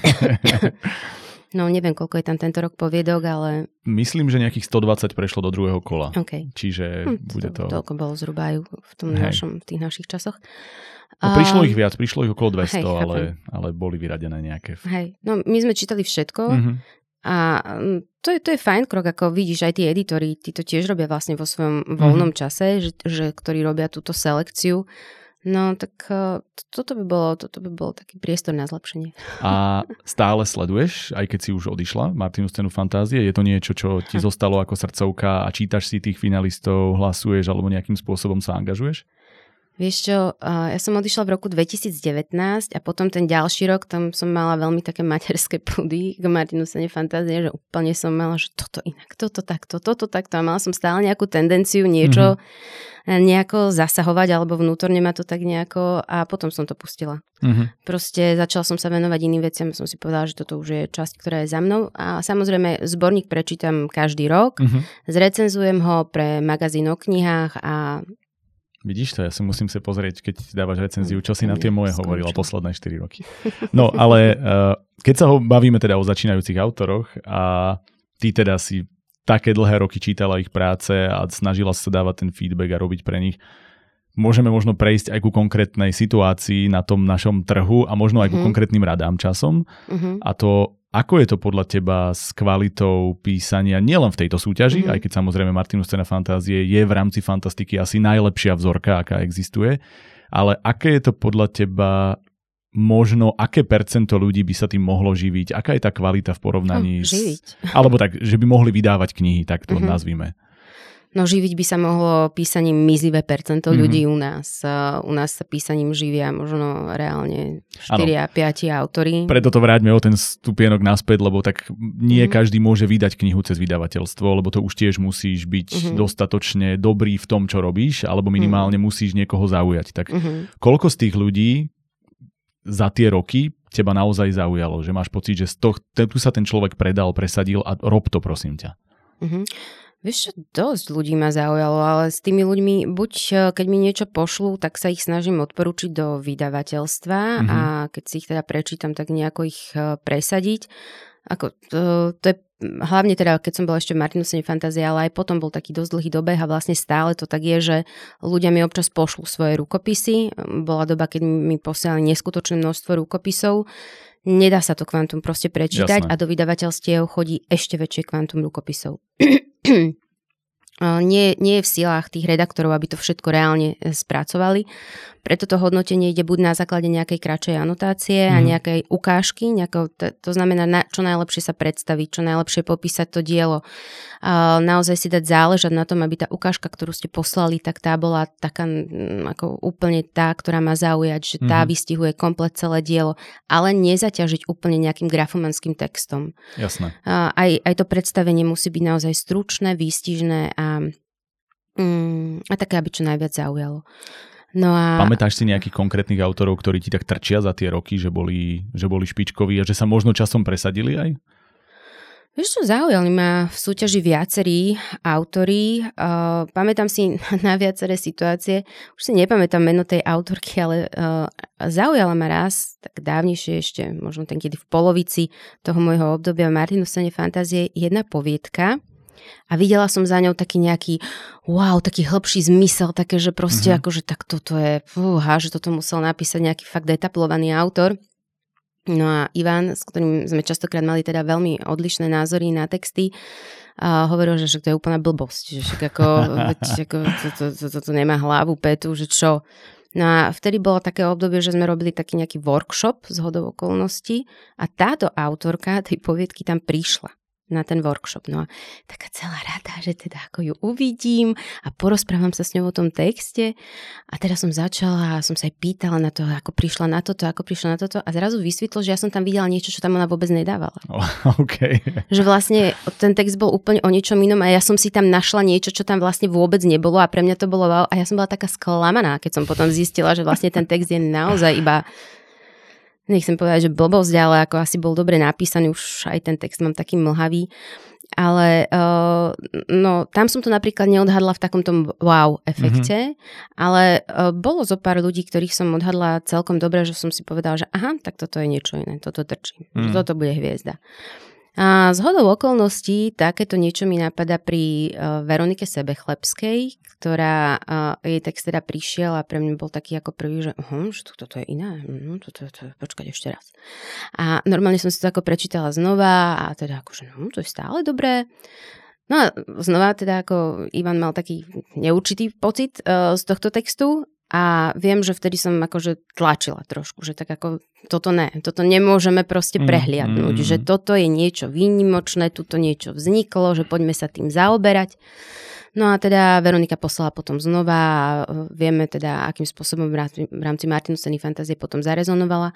No neviem, koľko je tam tento rok poviedok, ale... Myslím, že nejakých 120 prešlo do druhého kola. Okay. Čiže bude to... Toľko bolo zhruba aj v tých našich časoch. No, prišlo ich viac, prišlo ich okolo 200, ale boli vyradené nejaké. Hej, no my sme čítali všetko. A to je fajn krok, ako vidíš, aj tí editori, tí to tiež robia vlastne vo svojom voľnom čase, že ktorí robia túto selekciu. No tak toto by bol taký priestor na zlepšenie. A stále sleduješ, aj keď si už odišla, Martinus Cenu fantázie? Je to niečo, čo ti zostalo ako srdcovka a čítaš si tých finalistov, hlasuješ alebo nejakým spôsobom sa angažuješ? Vieš čo, ja som odišla v roku 2019 a potom ten ďalší rok, tam som mala veľmi také materské prúdy k Martinus Cene fantázie, že úplne som mala, že toto inak, toto takto a mala som stále nejakú tendenciu niečo nejako zasahovať alebo vnútorne ma to tak nejako a potom som to pustila. Proste začala som sa venovať iným veciam, som si povedala, že toto už je časť, ktorá je za mnou a samozrejme zborník prečítam každý rok, zrecenzujem ho pre magazín o knihách a vidíš to, ja si musím sa pozrieť, keď dávaš recenziu, čo si na tie moje hovorila posledné 4 roky. No, ale keď sa bavíme teda o začínajúcich autoroch a ty teda si také dlhé roky čítala ich práce a snažila sa dávať ten feedback a robiť pre nich, môžeme možno prejsť aj ku konkrétnej situácii na tom našom trhu a možno aj ku konkrétnym radám časom. A to, ako je to podľa teba s kvalitou písania nielen v tejto súťaži, aj keď samozrejme Martinus Cena fantázie je v rámci fantastiky asi najlepšia vzorka, aká existuje, ale aké je to podľa teba možno, aké percento ľudí by sa tým mohlo živiť, aká je tá kvalita v porovnaní alebo tak, že by mohli vydávať knihy, tak to nazvime. No živiť by sa mohlo písaním mizivé percento ľudí u nás. U nás sa písaním živia možno reálne 4 a 5 autori. Preto to vráťme o ten stupienok naspäť, lebo tak nie každý môže vydať knihu cez vydavateľstvo, lebo to už tiež musíš byť dostatočne dobrý v tom, čo robíš, alebo minimálne musíš niekoho zaujať. Tak koľko z tých ľudí za tie roky teba naozaj zaujalo? Že máš pocit, že tu sa ten človek predal, presadil a rob to, prosím ťa. Vieš čo, dosť ľudí ma zaujalo, ale s tými ľuďmi, buď keď mi niečo pošlú, tak sa ich snažím odporučiť do vydavateľstva a keď si ich teda prečítam, tak nejako ich presadiť. Ako, to je hlavne teda, keď som bola ešte v Martinus Cene fantázie, ale aj potom bol taký dosť dlhý dobeh a vlastne stále to tak je, že ľudia mi občas pošlú svoje rukopisy. Bola doba, keď mi posielali neskutočné množstvo rukopisov. Nedá sa to kvantum proste prečítať. Jasné. A do vydavateľstiev chodí ešte väčšie kvantum rukopisov. nie je v silách tých redaktorov, aby to všetko reálne spracovali. Preto to hodnotenie ide buď na základe nejakej kratšej anotácie a nejakej ukážky, to znamená, čo najlepšie sa predstaviť, čo najlepšie popísať to dielo. Naozaj si dať záležať na tom, aby tá ukážka, ktorú ste poslali, tak tá bola taká ako úplne tá, ktorá má zaujať, že tá vystihuje komplet celé dielo, ale nezaťažiť úplne nejakým grafomanským textom. Jasné. Aj to predstavenie musí byť naozaj stručné, výstižné a také, aby čo najviac zaujalo. No a... Pamätáš si nejakých konkrétnych autorov, ktorí ti tak trčia za tie roky, že boli špičkoví a že sa možno časom presadili aj? Vieš čo, zaujali ma v súťaži viacerí autori. Pamätám si na viaceré situácie. Už si nepamätám meno tej autorky, ale zaujala ma raz, tak dávnejšie ešte, možno ten kedy v polovici toho môjho obdobia Martinusene fantázie, jedna poviedka. A videla som za ňou taký nejaký, taký hlbší zmysel, také, že proste akože tak toto je, že toto musel napísať nejaký fakt etablovaný autor. No a Ivan, s ktorým sme častokrát mali teda veľmi odlišné názory na texty, hovoril, že to je úplná blbosť, že to nemá hlavu, petu, že čo. No a vtedy bolo také obdobie, že sme robili taký nejaký workshop z hodou okolností a táto autorka tej poviedky tam prišla na ten workshop. No a taká celá rada, že teda ako ju uvidím a porozprávam sa s ňou o tom texte. A teraz som začala a som sa aj pýtala na to, ako prišla na toto a zrazu vysvetlo, že ja som tam videla niečo, čo tam ona vôbec nedávala. Okay. Že vlastne ten text bol úplne o niečom inom a ja som si tam našla niečo, čo tam vlastne vôbec nebolo a pre mňa to bolo wow. A ja som bola taká sklamaná, keď som potom zistila, že vlastne ten text je naozaj iba... Nechcem povedať, že blbosť, ale ako asi bol dobre napísaný, už aj ten text mám taký mlhavý. Ale tam som to napríklad neodhadla v takom tom wow efekte, ale bolo zo pár ľudí, ktorých som odhadla celkom dobre, že som si povedala, že aha, tak toto je niečo iné, toto trčí, že toto bude hviezda. A z hodou okolností takéto niečo mi napadá pri Veronike Sebechlebskej, ktorá jej text teda prišiel a pre mňa bol taký ako prvý, že toto je iné, počkať ešte raz. A normálne som si to ako prečítala znova a teda akože to je stále dobré. No a znova teda ako Ivan mal taký neurčitý pocit z tohto textu. A viem, že vtedy som akože tlačila trošku, že tak ako toto nemôžeme proste prehliadnúť, že toto je niečo výnimočné, tuto niečo vzniklo, že poďme sa tým zaoberať. No a teda Veronika poslala potom znova a vieme teda, akým spôsobom v rámci Martinuseny fantázie potom zarezonovala.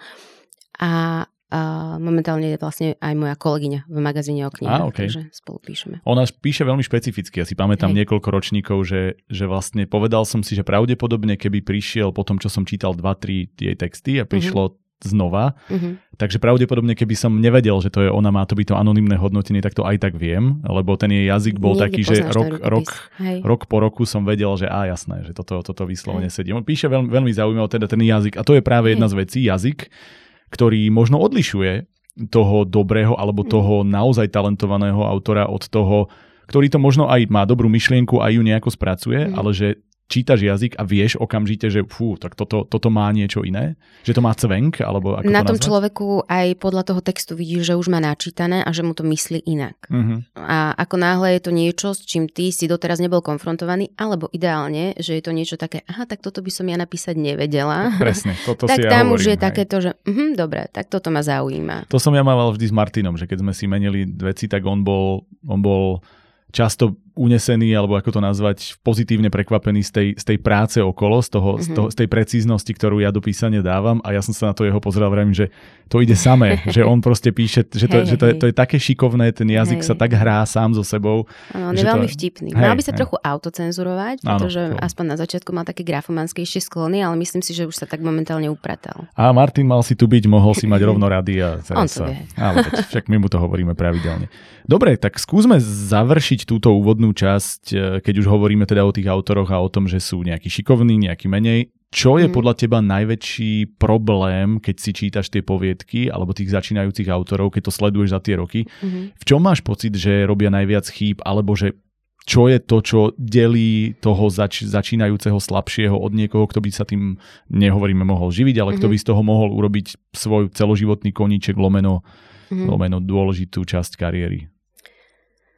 A momentálne je vlastne aj moja kolegyňa v magazíne o knihách, takže spolu píšeme. Ona píše veľmi špecificky, ja si pamätám niekoľko ročníkov, že vlastne povedal som si, že pravdepodobne keby prišiel po tom, čo som čítal 2-3 jej texty a prišlo znova, takže pravdepodobne keby som nevedel, že to je ona, má to byť to anonymné hodnotenie, tak to aj tak viem, lebo ten jej jazyk bol taký, že rok po roku som vedel, že jasné, že toto vyslovene sedí. On píše veľmi zaujímavé teda ten jazyk a to je práve jedna z vecí, jazyk, ktorý možno odlišuje toho dobrého alebo toho naozaj talentovaného autora od toho, ktorý to možno aj má dobrú myšlienku a ju nejako spracuje, ale že čítaš jazyk a vieš okamžite, že tak toto má niečo iné? Že to má cvenk? Alebo ako na to tom nazvať? človeku aj podľa toho textu vidíš, že už má načítané a že mu to myslí inak. A ako náhle je to niečo, s čím ty si doteraz nebol konfrontovaný, alebo ideálne, že je to niečo také, tak toto by som ja napísať nevedela. Presne, toto tak si ja tam hovorím, už je takéto, že dobre, tak toto ma zaujíma. To som ja mával vždy s Martinom, že keď sme si menili veci, tak on bol často unesený, alebo ako to nazvať, pozitívne prekvapený z tej práce okolo, z tej precíznosti, ktorú ja do písania dávam a ja som sa na to jeho pozeral, vravím, že to ide samé, že on proste píše, že to je také šikovné, ten jazyk sa tak hrá sám so sebou. Áno, on je veľmi vtipný. Mal by sa trochu autocenzurovať, pretože aspoň na začiatku mal také grafomanskejšie sklony, ale myslím si, že už sa tak momentálne upratal. A Martin mal si tu byť, mohol si mať rovno rady a on to vie. Ale však my mu to hovoríme pravidelne. Dobre, tak skúsme završiť túto úvodnú časť, keď už hovoríme teda o tých autoroch a o tom, že sú nejakí šikovní, nejakí menej. Čo je podľa teba najväčší problém, keď si čítaš tie poviedky alebo tých začínajúcich autorov, keď to sleduješ za tie roky? V čom máš pocit, že robia najviac chýb, alebo že čo je to, čo delí toho začínajúceho slabšieho od niekoho, kto by sa tým, nehovoríme, mohol živiť, ale kto by z toho mohol urobiť svoj celoživotný koníček lomeno dôležitú časť kariéry?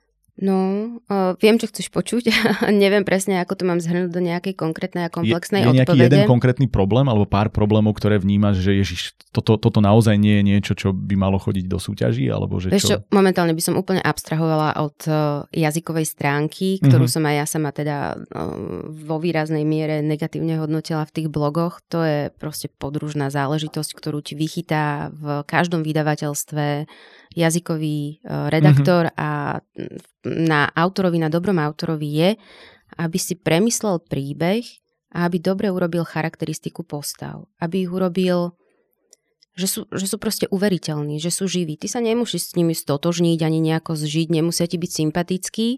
No, viem, čo chceš počuť. Neviem presne, ako to mám zhrnúť do nejakej konkrétnej a komplexnej odpovede. Je nejaký jeden konkrétny problém alebo pár problémov, ktoré vnímaš, že ježiš, toto naozaj nie je niečo, čo by malo chodiť do súťaží? Alebo že Vieš čo, momentálne by som úplne abstrahovala od jazykovej stránky, ktorú som aj ja sama teda vo výraznej miere negatívne hodnotila v tých blogoch. To je proste podružná záležitosť, ktorú ti vychytá v každom vydavateľstve jazykový redaktor a na dobrom autorovi je, aby si premyslel príbeh a aby dobre urobil charakteristiku postav. Aby ich urobil, že sú proste uveriteľní, že sú živí. Ty sa nemusíš s nimi stotožniť ani nejako zžiť, nemusia ti byť sympatickí,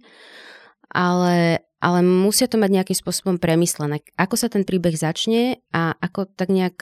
ale musia to mať nejakým spôsobom premyslené. Ako sa ten príbeh začne a ako tak nejak,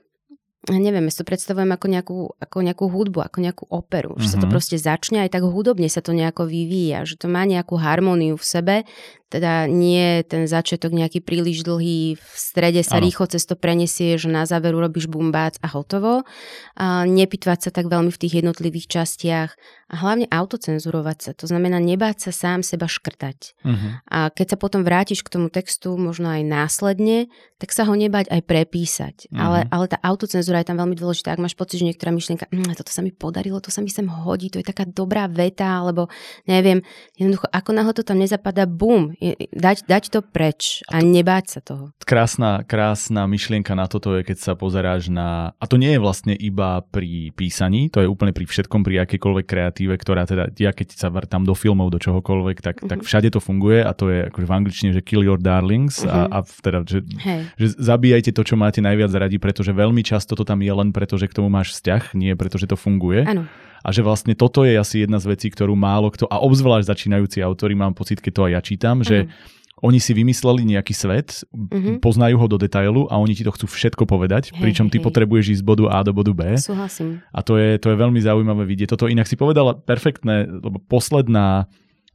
neviem, ja si to predstavujem ako nejakú hudbu, ako nejakú operu. Že sa to proste začne, aj tak hudobne sa to nejako vyvíja, že to má nejakú harmóniu v sebe, teda nie ten začiatok nejaký príliš dlhý, v strede sa rýchlo cez to prenesie, že na záver urobíš bumbác a hotovo. A nepýtvať sa tak veľmi v tých jednotlivých častiach a hlavne autocenzurovať sa. To znamená nebáť sa sám seba škrtať. A keď sa potom vrátiš k tomu textu, možno aj následne, tak sa ho nebáť aj prepísať. Ale tá autocenzúra je tam veľmi dôležitá. Ak máš pocit, že niektorá myšlienka, toto sa mi podarilo, to sa mi sem hodí, to je taká dobrá veta, alebo neviem, jednoducho, ako náhle to tam nezapadá, bum, dať to preč a nebáť sa toho. Krásna myšlienka na toto je, keď sa pozeráš na... A to nie je vlastne iba pri písaní, to je úplne pri všetkom, pri akejkoľvek kreatíve, ktorá teda, ja keď sa vrtám do filmov, do čohokoľvek, tak všade to funguje a to je akože v angličtine, že kill your darlings a teda, že zabíjajte to, čo máte najviac radi, pretože veľmi často to tam je len preto, že k tomu máš vzťah, nie preto, že to funguje. Áno. A že vlastne toto je asi jedna z vecí, ktorú málo kto, a obzvlášť začínajúci autori, mám pocit, keď to aj ja čítam, že oni si vymysleli nejaký svet, poznajú ho do detailu a oni ti to chcú všetko povedať, pričom ty potrebuješ ísť z bodu A do bodu B. Súhlasím. A to je veľmi zaujímavé vidieť. Toto inak si povedala perfektné, lebo posledná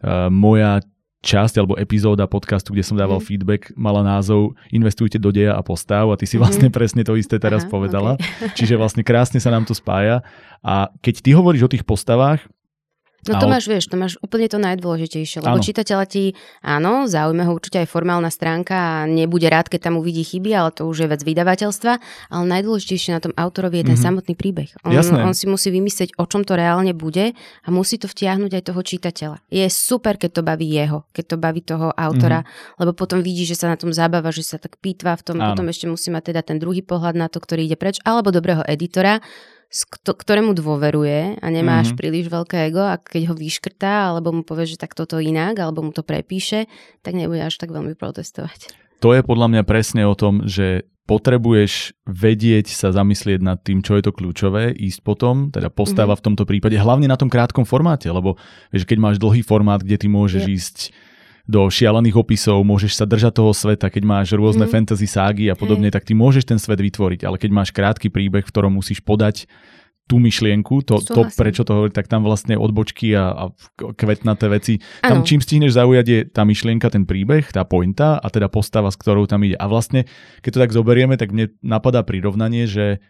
moja časť alebo epizóda podcastu, kde som dával feedback, mala názov Investujte do deja a postav a ty si vlastne presne to isté teraz povedala. Okay. Čiže vlastne krásne sa nám to spája. A keď ty hovoríš o tých postavách, no to máš úplne to najdôležitejšie, lebo čitateľa ti, áno, zaujme ho určite aj formálna stránka a nebude rád, keď tam uvidí chyby, ale to už je vec vydavateľstva, ale najdôležitejšie na tom autorovi je ten samotný príbeh. On si musí vymyslieť, o čom to reálne bude a musí to vtiahnuť aj toho čitateľa. Je super, keď to baví keď to baví toho autora, lebo potom vidí, že sa na tom zabáva, že sa tak pýtva v tom, potom ešte musí mať teda ten druhý pohľad na to, ktorý ide preč, alebo dobrého editora, ktorému dôveruje a nemá až príliš veľké ego a keď ho vyškrtá alebo mu povie, že tak toto inak alebo mu to prepíše, tak nebude až tak veľmi protestovať. To je podľa mňa presne o tom, že potrebuješ vedieť sa zamyslieť nad tým, čo je to kľúčové, ísť potom, teda postava v tomto prípade, hlavne na tom krátkom formáte, lebo vieš, keď máš dlhý formát, kde ty môžeš ísť do šialených opisov, môžeš sa držať toho sveta, keď máš rôzne fantasy ságy a podobne, tak ty môžeš ten svet vytvoriť, ale keď máš krátky príbeh, v ktorom musíš podať tú myšlienku, to prečo to hovorí, tak tam vlastne odbočky a kvetnaté veci. Tam čím stihneš zaujať je tá myšlienka, ten príbeh, tá pointa a teda postava, s ktorou tam ide. A vlastne, keď to tak zoberieme, tak mne napadá prirovnanie, že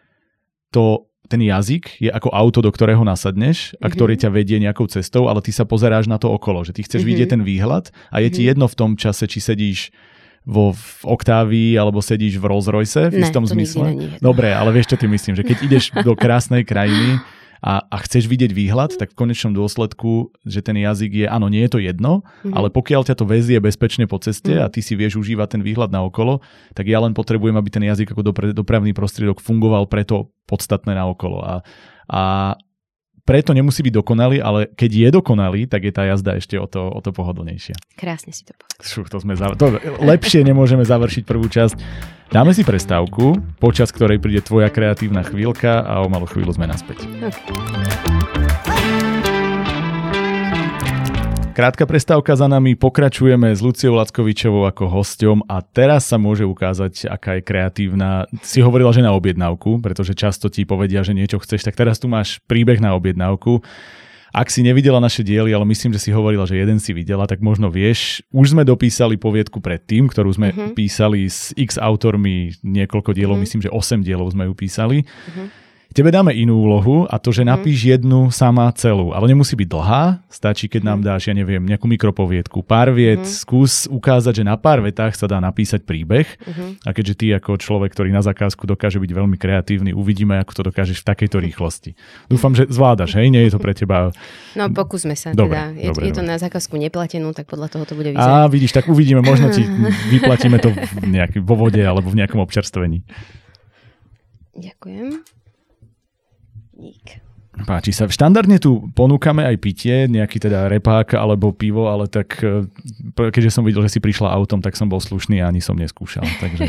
ten jazyk je ako auto, do ktorého nasadneš a ktorý ťa vedie nejakou cestou, ale ty sa pozeráš na to okolo, že ty chceš vidieť ten výhľad a je ti jedno v tom čase, či sedíš v Octavii alebo sedíš v Rolls Royce v istom zmysle. Dobre, ale vieš, čo ty myslím, že keď ideš do krásnej krajiny a chceš vidieť výhľad, tak v konečnom dôsledku, že ten jazyk je, áno, nie je to jedno, ale pokiaľ ťa to vezie bezpečne po ceste a ty si vieš užívať ten výhľad na okolo, tak ja len potrebujem, aby ten jazyk ako dopravný prostriedok fungoval pre to podstatné na okolo. A preto nemusí byť dokonalý, ale keď je dokonalý, tak je tá jazda ešte o to pohodlnejšia. Krásne si to povedal. Lepšie nemôžeme završiť prvú časť. Dáme si prestávku, počas ktorej príde tvoja kreatívna chvíľka a o malú chvíľu sme naspäť. Krátka prestávka za nami, pokračujeme s Luciou Lackovičovou ako hosťom a teraz sa môže ukázať, aká je kreatívna. Si hovorila, že na objednávku, pretože často ti povedia, že niečo chceš, tak teraz tu máš príbeh na objednávku. Ak si nevidela naše diely, ale myslím, že si hovorila, že jeden si videla, tak možno vieš, už sme dopísali poviedku predtým, ktorú sme písali s X autormi niekoľko dielov, myslím, že 8 dielov sme ju písali. Tebe dáme inú úlohu a to, že napíš jednu sama celú, ale nemusí byť dlhá, stačí, keď nám dáš, ja neviem, nejakú mikropoviedku, pár viet, skús ukázať, že na pár vetách sa dá napísať príbeh a keďže ty ako človek, ktorý na zakázku dokáže byť veľmi kreatívny, uvidíme, ako to dokážeš v takejto rýchlosti. Dúfam, že zvládaš, hej? Nie je to pre teba... No pokúsme sa dobre, teda. dobre. Je to na zákazku neplatenú, tak podľa toho to bude vyzerať. Vidíš, tak uvidíme, možno ti vyplatíme to vo vode alebo v nejakom občerstvení. Ďakujem. Páči sa. Štandardne tu ponúkame aj pitie, nejaký teda repák alebo pivo, ale tak keďže som videl, že si prišla autom, tak som bol slušný a ani som neskúšal.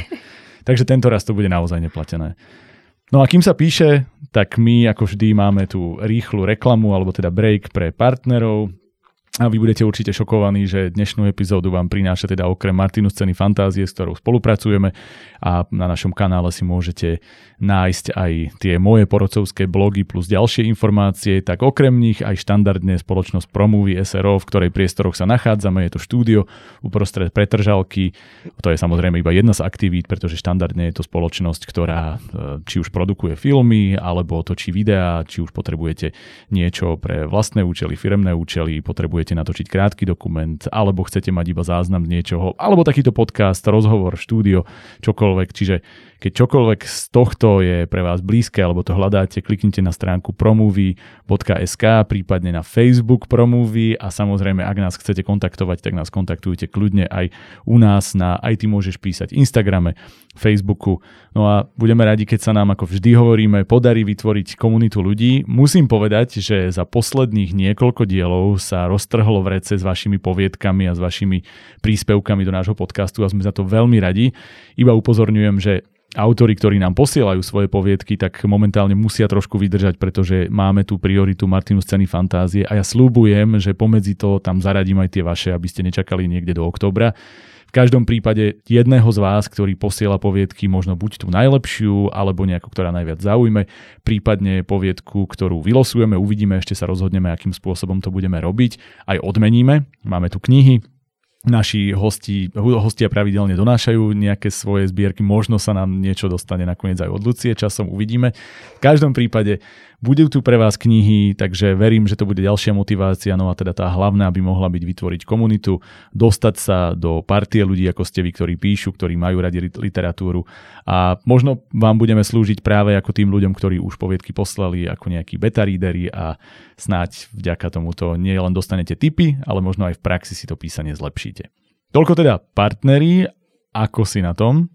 Takže tento raz to bude naozaj neplatené. No a kým sa píše, tak my ako vždy máme tú rýchlu reklamu alebo teda break pre partnerov. A vy budete určite šokovaní, že dnešnú epizódu vám prináša teda okrem Martinus Ceny Fantázie, s ktorou spolupracujeme a na našom kanále si môžete nájsť aj tie moje porodcovské blogy plus ďalšie informácie, tak okrem nich aj štandardne spoločnosť Promovie SRO, v ktorej priestoroch sa nachádzame, je to štúdio uprostred Petržalky. To je samozrejme iba jedna z aktivít, pretože štandardne je to spoločnosť, ktorá či už produkuje filmy, alebo točí videá, či už potrebujete niečo pre vlastné účely, firemné účely, potrebujete natočiť krátky dokument, alebo chcete mať iba záznam z niečoho, alebo takýto podcast, rozhovor, štúdio, čokoľvek. Čiže keď čokoľvek z tohto je pre vás blízke, alebo to hľadáte, kliknite na stránku promovie.sk, prípadne na Facebook Promovie a samozrejme, ak nás chcete kontaktovať, tak nás kontaktujte kľudne aj u nás na aj ty môžeš písať Instagrame, Facebooku. No a budeme radi, keď sa nám, ako vždy hovoríme, podarí vytvoriť komunitu ľudí. Musím povedať, že za posledných niekoľko dielov sa roztrhlo vrece s vašimi poviedkami a s vašimi príspevkami do nášho podcastu a sme za to veľmi radi. Iba upozorňujem, že autori, ktorí nám posielajú svoje poviedky, tak momentálne musia trošku vydržať, pretože máme tú prioritu Martinus Ceny Fantázie a ja sľubujem, že pomedzi to tam zaradím aj tie vaše, aby ste nečakali niekde do októbra. V každom prípade jedného z vás, ktorý posiela poviedky, možno buď tú najlepšiu, alebo nejakú, ktorá najviac zaujme, prípadne poviedku, ktorú vylosujeme, uvidíme, ešte sa rozhodneme, akým spôsobom to budeme robiť, aj odmeníme. Máme tu knihy. Naši hostia pravidelne donášajú nejaké svoje zbierky, možno sa nám niečo dostane nakoniec aj od Lucie, časom uvidíme. V každom prípade budú tu pre vás knihy, takže verím, že to bude ďalšia motivácia, no a teda tá hlavná by mohla byť vytvoriť komunitu, dostať sa do partie ľudí, ako ste vy, ktorí píšu, ktorí majú radi literatúru a možno vám budeme slúžiť práve ako tým ľuďom, ktorí už poviedky poslali, ako nejakí beta readeri a snáď vďaka tomuto nie len dostanete tipy, ale možno aj v praxi si to písanie zlepšíte. Toľko teda partneri, ako si na tom?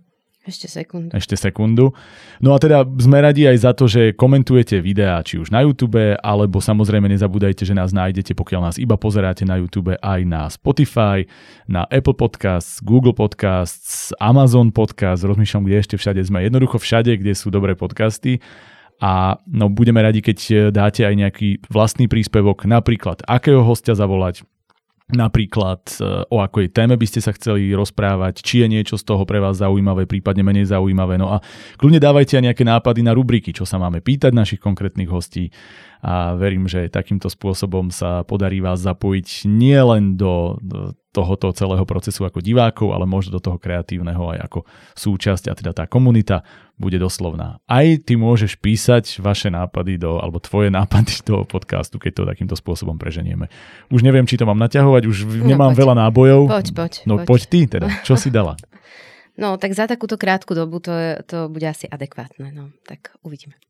Ešte sekundu. No a teda sme radi aj za to, že komentujete videá, či už na YouTube, alebo samozrejme nezabúdajte, že nás nájdete, pokiaľ nás iba pozeráte na YouTube, aj na Spotify, na Apple Podcasts, Google Podcasts, Amazon Podcasts, rozmýšľam, kde ešte všade sme. Jednoducho všade, kde sú dobré podcasty. A no, budeme radi, keď dáte aj nejaký vlastný príspevok, napríklad akého hostia zavolať, napríklad o akej téme by ste sa chceli rozprávať, či je niečo z toho pre vás zaujímavé, prípadne menej zaujímavé. No a kľudne dávajte aj nejaké nápady na rubriky, čo sa máme pýtať našich konkrétnych hostí a verím, že takýmto spôsobom sa podarí vás zapojiť nie len do tohoto celého procesu ako divákov, ale možno do toho kreatívneho aj ako súčasť a teda tá komunita bude doslovná. Aj ty môžeš písať vaše nápady alebo tvoje nápady do podcastu, keď to takýmto spôsobom preženieme. Už neviem, či to mám naťahovať, už nemám veľa nábojov. Poď ty teda, čo si dala? No, tak za takúto krátku dobu to bude asi adekvátne, no, tak uvidíme.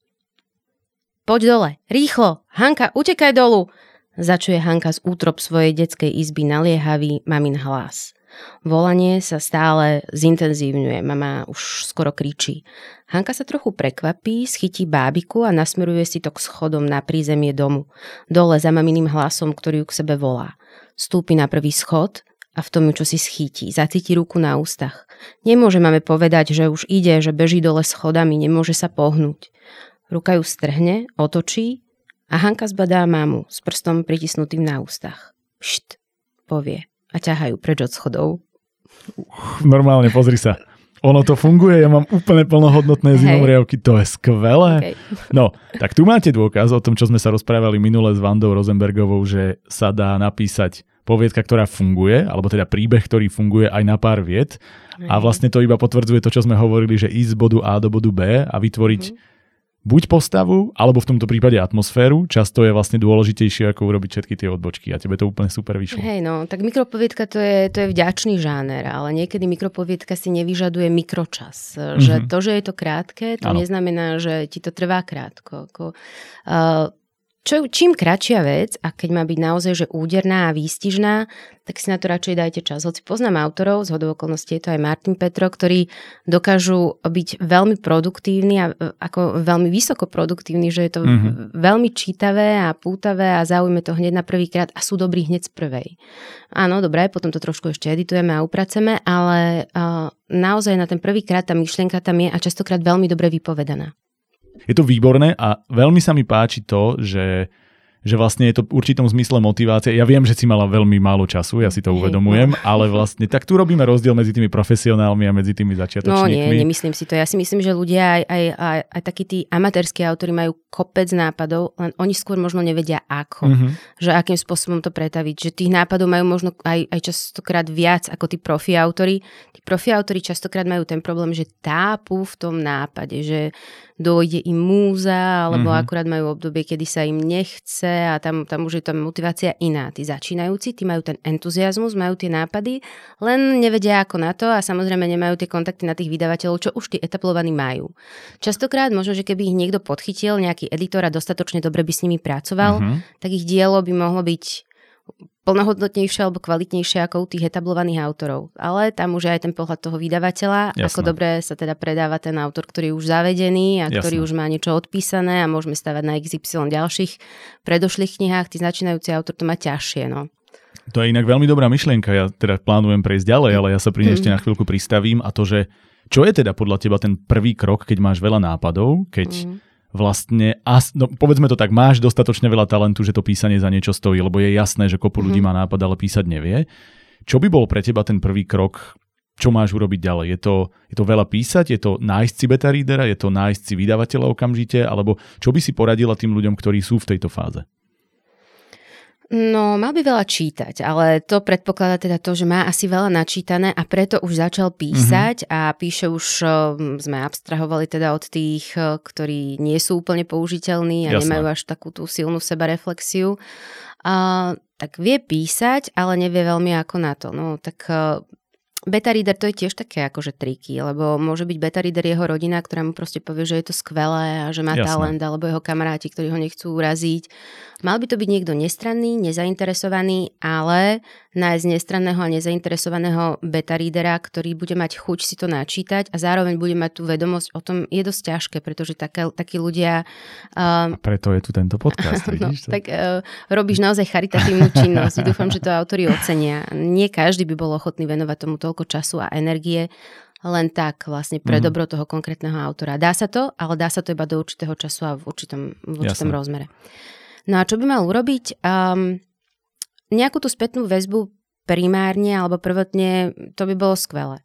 Poď dole, rýchlo, Hanka, utekaj dolu! Začuje Hanka z útrop svojej detskej izby naliehavý mamin hlas. Volanie sa stále zintenzívňuje, mama už skoro kričí. Hanka sa trochu prekvapí, schytí bábiku a nasmeruje si to k schodom na prízemie domu. Dole za maminým hlasom, ktorý ju k sebe volá. Stúpi na prvý schod a v tom ju čosi schýti, zacíti ruku na ústach. Nemôže mame povedať, že už ide, že beží dole schodami, nemôže sa pohnúť. Ruka ju strhne, otočí a Hanka zbadá mamu s prstom pritisnutým na ústach. Pšt, povie a ťahajú preč od schodov. Normálne, pozri sa. Ono to funguje, ja mám úplne plnohodnotné zimomriavky, to je skvelé. Okay. No, tak tu máte dôkaz o tom, čo sme sa rozprávali minule s Vandou Rosenbergovou, že sa dá napísať poviedka, ktorá funguje, alebo teda príbeh, ktorý funguje aj na pár viet. A vlastne to iba potvrdzuje to, čo sme hovorili, že ísť z bodu A do bodu B a vytvoriť buď postavu, alebo v tomto prípade atmosféru. Často je vlastne dôležitejšie, ako urobiť všetky tie odbočky. A tebe to úplne super vyšlo. Hej, no, tak mikropoviedka to je vďačný žáner, ale niekedy mikropoviedka si nevyžaduje mikročas. Že to, že je to krátke, to neznamená, že ti to trvá krátko. Čím kratšia vec, a keď má byť naozaj že úderná a výstižná, tak si na to radšej dajte čas. Hoci poznám autorov, zhodou okolností je to aj Martin Petro, ktorí dokážu byť veľmi produktívni a ako veľmi vysoko produktívni, že je to veľmi čítavé a pútavé a zaujme to hneď na prvýkrát a sú dobrí hneď z prvej. Áno, dobré, potom to trošku ešte editujeme a upraceme, ale naozaj na ten prvýkrát tá myšlienka tam je a častokrát veľmi dobre vypovedaná. Je to výborné a veľmi sa mi páči to, že vlastne je to v určitom zmysle motivácia. Ja viem, že si mala veľmi málo času, ja si to uvedomujem, ale vlastne tak tu robíme rozdiel medzi tými profesionálmi a medzi tými začiatočníkmi. No nie, nemyslím si to. Ja si myslím, že ľudia aj takí tí amatérski autori majú kopec nápadov, len oni skôr možno nevedia ako. Že akým spôsobom to pretaviť. Že tých nápadov majú možno aj častokrát viac ako tí profi autori. Tí profi autori častokrát majú ten problém, že tápu v tom nápade, že dojde im múza, alebo akurát majú obdobie, kedy sa im nechce a tam už je tá motivácia iná. Tí začínajúci, tí majú ten entuziazmus, majú tie nápady, len nevedia ako na to a samozrejme nemajú tie kontakty na tých vydavateľov, čo už tí etablovaní majú. Častokrát možno, že keby ich niekto podchytil, nejaký editor a dostatočne dobre by s nimi pracoval, tak ich dielo by mohlo byť plnohodnotnejšie alebo kvalitnejšie ako u tých etablovaných autorov. Ale tam už je aj ten pohľad toho vydavateľa, ako dobre sa teda predáva ten autor, ktorý je už zavedený a ktorý už má niečo odpísané a môžeme stavať na XY ďalších predošlých knihách. Tí začínajúci autor to má ťažšie, no. To je inak veľmi dobrá myšlienka. Ja teda plánujem prejsť ďalej, ale ja sa pri nej ešte na chvíľku pristavím a to, že čo je teda podľa teba ten prvý krok, keď máš veľa nápadov, keď vlastne, povedzme to tak, máš dostatočne veľa talentu, že to písanie za niečo stojí, lebo je jasné, že kopu ľudí má nápad, ale písať nevie. Čo by bol pre teba ten prvý krok, čo máš urobiť ďalej? Je to veľa písať? Je to nájsť si beta readera? Je to nájsť si vydavateľa okamžite? Alebo čo by si poradila tým ľuďom, ktorí sú v tejto fáze? No, mal by veľa čítať, ale to predpokladá teda to, že má asi veľa načítané a preto už začal písať a píše už, sme abstrahovali teda od tých, ktorí nie sú úplne použiteľní a nemajú až takú tú silnú sebareflexiu. Tak vie písať, ale nevie veľmi ako na to. No, tak beta reader to je tiež také akože triky, lebo môže byť beta reader jeho rodina, ktorá mu proste povie, že je to skvelé a že má talent, alebo jeho kamaráti, ktorí ho nechcú uraziť. Mal by to byť niekto nestranný, nezainteresovaný, ale nájsť nestranného a nezainteresovaného beta readera, ktorý bude mať chuť si to načítať a zároveň bude mať tú vedomosť o tom, je dosť ťažké, pretože takí ľudia... A preto je tu tento podcast, vidíš to? Tak robíš naozaj charitatívnu činnosť. Dúfam, že to autori ocenia. Nie každý by bol ochotný venovať tomu toľko času a energie, len tak vlastne pre dobro toho konkrétneho autora. Dá sa to, ale dá sa to iba do určitého času a v určitom rozmere. No a čo by mal urobiť? Nejakú tú spätnú väzbu primárne alebo prvotne, to by bolo skvelé.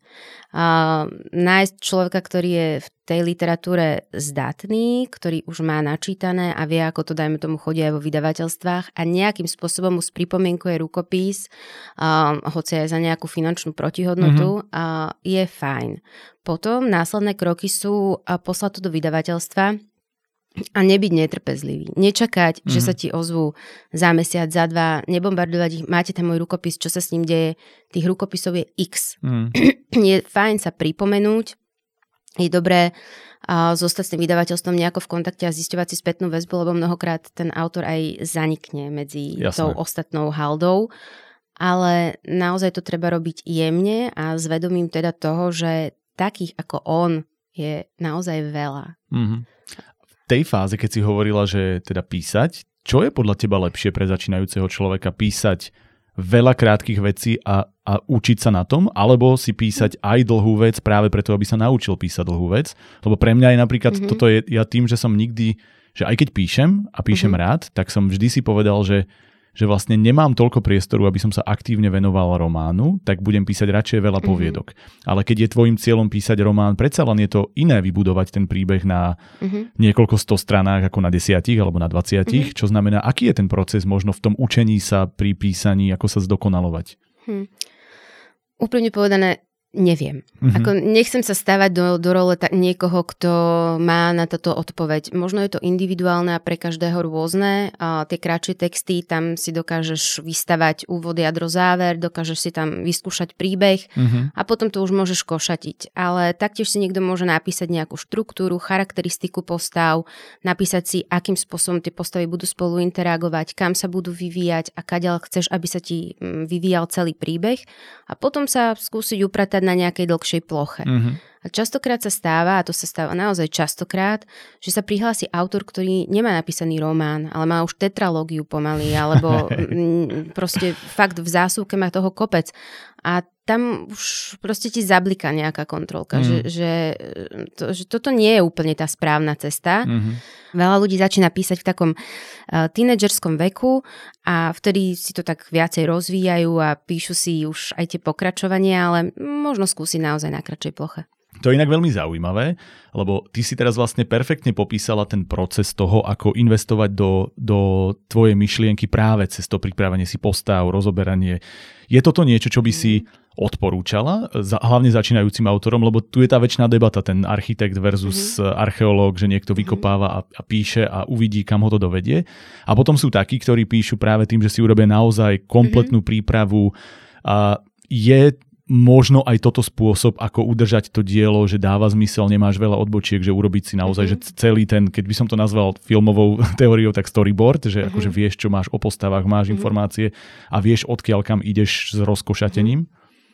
Nájsť človeka, ktorý je v tej literatúre zdatný, ktorý už má načítané a vie, ako to, dajme tomu, chodí aj vo vydavateľstvách a nejakým spôsobom mu sprípomienkuje rukopis, hoci aj za nejakú finančnú protihodnotu, je fajn. Potom následné kroky sú poslať to do vydavateľstva a nebyť netrpezlivý. Nečakať, že sa ti ozvú za mesiac, za dva, nebombardovať ich, máte tam môj rukopis, čo sa s ním deje. Tých rukopisov je X. Je fajn sa pripomenúť, je dobré zostať s tým vydavateľstvom nejako v kontakte a zisťovať si spätnú väzbu, lebo mnohokrát ten autor aj zanikne medzi tou ostatnou haldou. Ale naozaj to treba robiť jemne a s vedomím teda toho, že takých ako on je naozaj veľa. V tej fáze, keď si hovorila, že teda písať, čo je podľa teba lepšie pre začínajúceho človeka? Písať veľa krátkych vecí a učiť sa na tom, alebo si písať aj dlhú vec práve preto, aby sa naučil písať dlhú vec? Lebo pre mňa je napríklad toto je, ja tým, že som nikdy, že aj keď píšem a píšem rád, tak som vždy si povedal, že vlastne nemám toľko priestoru, aby som sa aktívne venoval románu, tak budem písať radšej veľa poviedok. Ale keď je tvojim cieľom písať román, predsa len je to iné vybudovať ten príbeh na niekoľko 100 stranách ako na 10 alebo na 20, čo znamená, aký je ten proces možno v tom učení sa pri písaní, ako sa zdokonalovať? Úprimne povedané, Neviem. Ako nechcem sa stavať do role niekoho, kto má na toto odpoveď. Možno je to individuálne a pre každého rôzne. Tie kratšie texty, tam si dokážeš vystavať úvod, jadro, záver, dokážeš si tam vyskúšať príbeh a potom to už môžeš košatiť. Ale taktiež si niekto môže napísať nejakú štruktúru, charakteristiku postav, napísať si, akým spôsobom tie postavy budú spolu interagovať, kam sa budú vyvíjať a kadeľ chceš, aby sa ti vyvíjal celý príbeh a potom sa skúsiť upratať na nejakej dlhšej ploche. A častokrát sa stáva, a to sa stáva naozaj častokrát, že sa prihlási autor, ktorý nemá napísaný román, ale má už tetralógiu pomaly, alebo proste fakt v zásuvke má toho kopec. A tam už proste ti zabliká nejaká kontrolka, že toto nie je úplne tá správna cesta. Veľa ľudí začína písať v takom tínedžerskom veku a vtedy si to tak viacej rozvíjajú a píšu si už aj tie pokračovania, ale možno skúsiť naozaj na kratšej ploche. To je inak veľmi zaujímavé, lebo ty si teraz vlastne perfektne popísala ten proces toho, ako investovať do tvojej myšlienky práve cez to pripravenie si postav, rozoberanie. Je toto niečo, čo by si odporúčala, hlavne začínajúcim autorom, lebo tu je tá večná debata, ten architekt versus archeológ, že niekto vykopáva a píše a uvidí, kam ho to dovedie. A potom sú takí, ktorí píšu práve tým, že si urobia naozaj kompletnú prípravu. A je možno aj toto spôsob, ako udržať to dielo, že dáva zmysel, nemáš veľa odbočiek, že urobiť si naozaj, že celý ten, keď by som to nazval filmovou teóriou, tak storyboard, že akože vieš, čo máš o postavách, máš informácie a vieš, odkiaľ kam ideš s rozkošatením?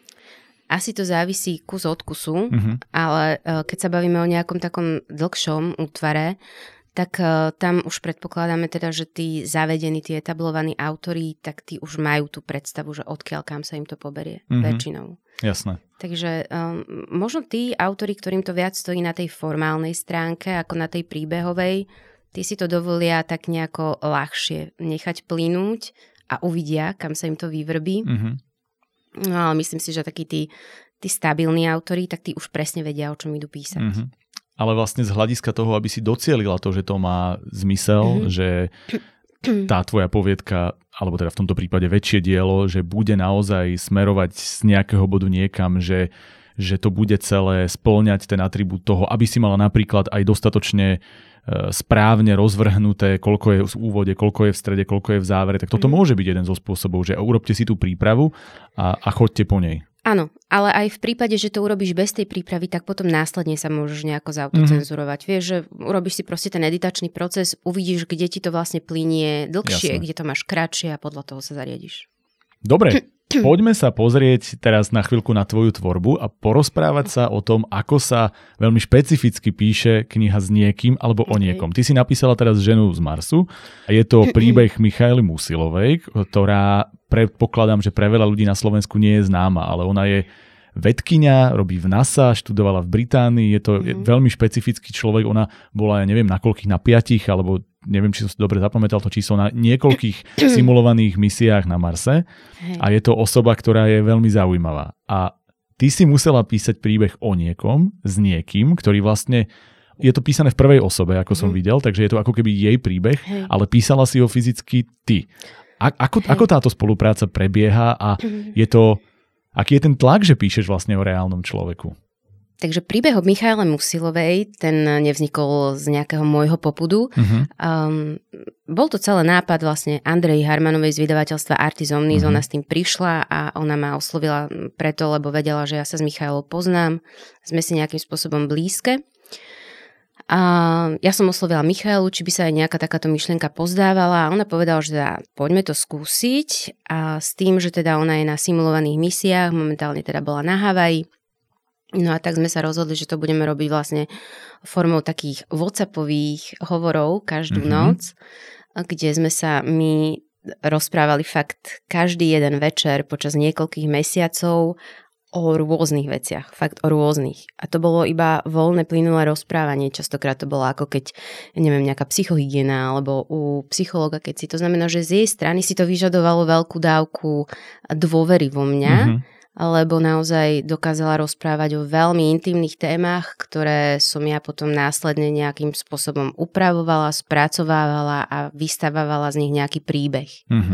Asi to závisí kus od kusu, ale keď sa bavíme o nejakom takom dlhšom útvare, tak tam už predpokladáme teda, že tí zavedení, tí etablovaní autori, tak tí už majú tú predstavu, že odkiaľ kam sa im to poberie väčšinou. Jasné. Takže možno tí autori, ktorým to viac stojí na tej formálnej stránke ako na tej príbehovej, tí si to dovolia tak nejako ľahšie nechať plynúť a uvidia, kam sa im to vyvrbí. No ale myslím si, že takí tí stabilní autori, tak tí už presne vedia, o čom idú písať. Ale vlastne z hľadiska toho, aby si docielila to, že to má zmysel, že tá tvoja poviedka, alebo teda v tomto prípade väčšie dielo, že bude naozaj smerovať z nejakého bodu niekam, že to bude celé spĺňať ten atribút toho, aby si mala napríklad aj dostatočne správne rozvrhnuté, koľko je v úvode, koľko je v strede, koľko je v závere, tak toto môže byť jeden zo spôsobov, že urobte si tú prípravu a choďte po nej. Áno, ale aj v prípade, že to urobíš bez tej prípravy, tak potom následne sa môžeš nejako zautocenzurovať. Vieš, že urobíš si proste ten editačný proces, uvidíš, kde ti to vlastne plynie dlhšie, kde to máš kratšie a podľa toho sa zariadiš. Dobre, poďme sa pozrieť teraz na chvíľku na tvoju tvorbu a porozprávať sa o tom, ako sa veľmi špecificky píše kniha s niekým alebo o niekom. Ty si napísala teraz Ženu z Marsu a je to príbeh Michaely Musilovej, ktorá predpokladám, že pre veľa ľudí na Slovensku nie je známa, ale ona je vedkyňa, robí v NASA, študovala v Británii, je to veľmi špecifický človek, ona bola, ja neviem, na koľkých, na 5, alebo neviem, či som si dobre zapamätal to číslo, na niekoľkých simulovaných misiách na Marse a je to osoba, ktorá je veľmi zaujímavá. A ty si musela písať príbeh o niekom, s niekým, ktorý vlastne, je to písané v prvej osobe, ako som videl, takže je to ako keby jej príbeh, ale písala si ho fyzicky ty. Ako táto spolupráca prebieha a aký je ten tlak, že píšeš vlastne o reálnom človeku? Takže príbeh o Michaele Musilovej, ten nevznikol z nejakého môjho popudu. Bol to celý nápad vlastne Andreji Harmanovej z vydavateľstva Artis Omnis. Ona s tým prišla a ona ma oslovila preto, lebo vedela, že ja sa s Michaelou poznám. Sme si nejakým spôsobom blízke. A ja som oslovila Michaelu, či by sa aj nejaká takáto myšlienka pozdávala a ona povedala, že poďme to skúsiť a s tým, že teda ona je na simulovaných misiách, momentálne teda bola na Havaji. No a tak sme sa rozhodli, že to budeme robiť vlastne formou takých WhatsAppových hovorov každú noc, kde sme sa my rozprávali fakt každý jeden večer počas niekoľkých mesiacov o rôznych veciach, fakt o rôznych. A to bolo iba voľné, plynulé rozprávanie. Častokrát to bolo ako keď, neviem, nejaká psychohygiena alebo u psychologa, keď si to znamená, že z jej strany si to vyžadovalo veľkú dávku dôvery vo mňa, lebo naozaj dokázala rozprávať o veľmi intimných témach, ktoré som ja potom následne nejakým spôsobom upravovala, spracovávala a vystavávala z nich nejaký príbeh.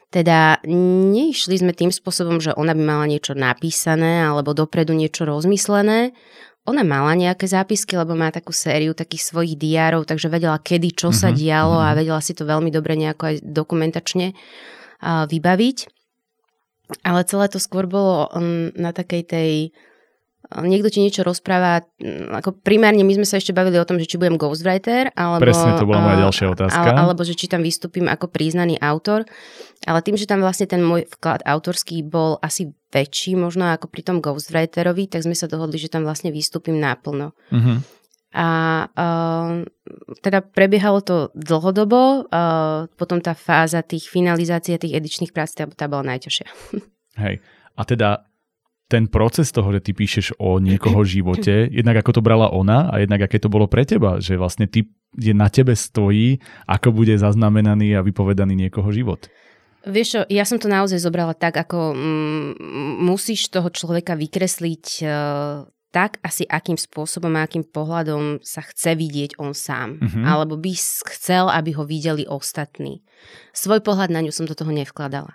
Teda neišli sme tým spôsobom, že ona by mala niečo napísané alebo dopredu niečo rozmyslené. Ona mala nejaké zápisky, lebo má takú sériu takých svojich diárov, takže vedela, kedy čo sa dialo a vedela si to veľmi dobre nejako aj dokumentačne vybaviť. Ale celé to skôr bolo na takej tej... Niekto ti niečo rozpráva, ako primárne my sme sa ešte bavili o tom, že či budem ghostwriter, alebo... Presne, to bola moja ďalšia otázka. Alebo že či tam vystúpim ako priznaný autor. Ale tým, že tam vlastne ten môj vklad autorský bol asi väčší, možno ako pri tom ghostwriterovi, tak sme sa dohodli, že tam vlastne vystúpim naplno. Uh-huh. A teda prebiehalo to dlhodobo, potom tá fáza tých finalizácií tých edičných prác, tá bola najťažšia. Hej, a teda ten proces toho, že ty píšeš o niekoho živote, jednak ako to brala ona a jednak aké to bolo pre teba, že vlastne ty, je na tebe stojí, ako bude zaznamenaný a vypovedaný niekoho život. Vieš čo, ja som to naozaj zobrala tak, ako musíš toho človeka vykresliť tak asi akým spôsobom a akým pohľadom sa chce vidieť on sám. Alebo by chcel, aby ho videli ostatní. Svoj pohľad na ňu som do toho nevkladala.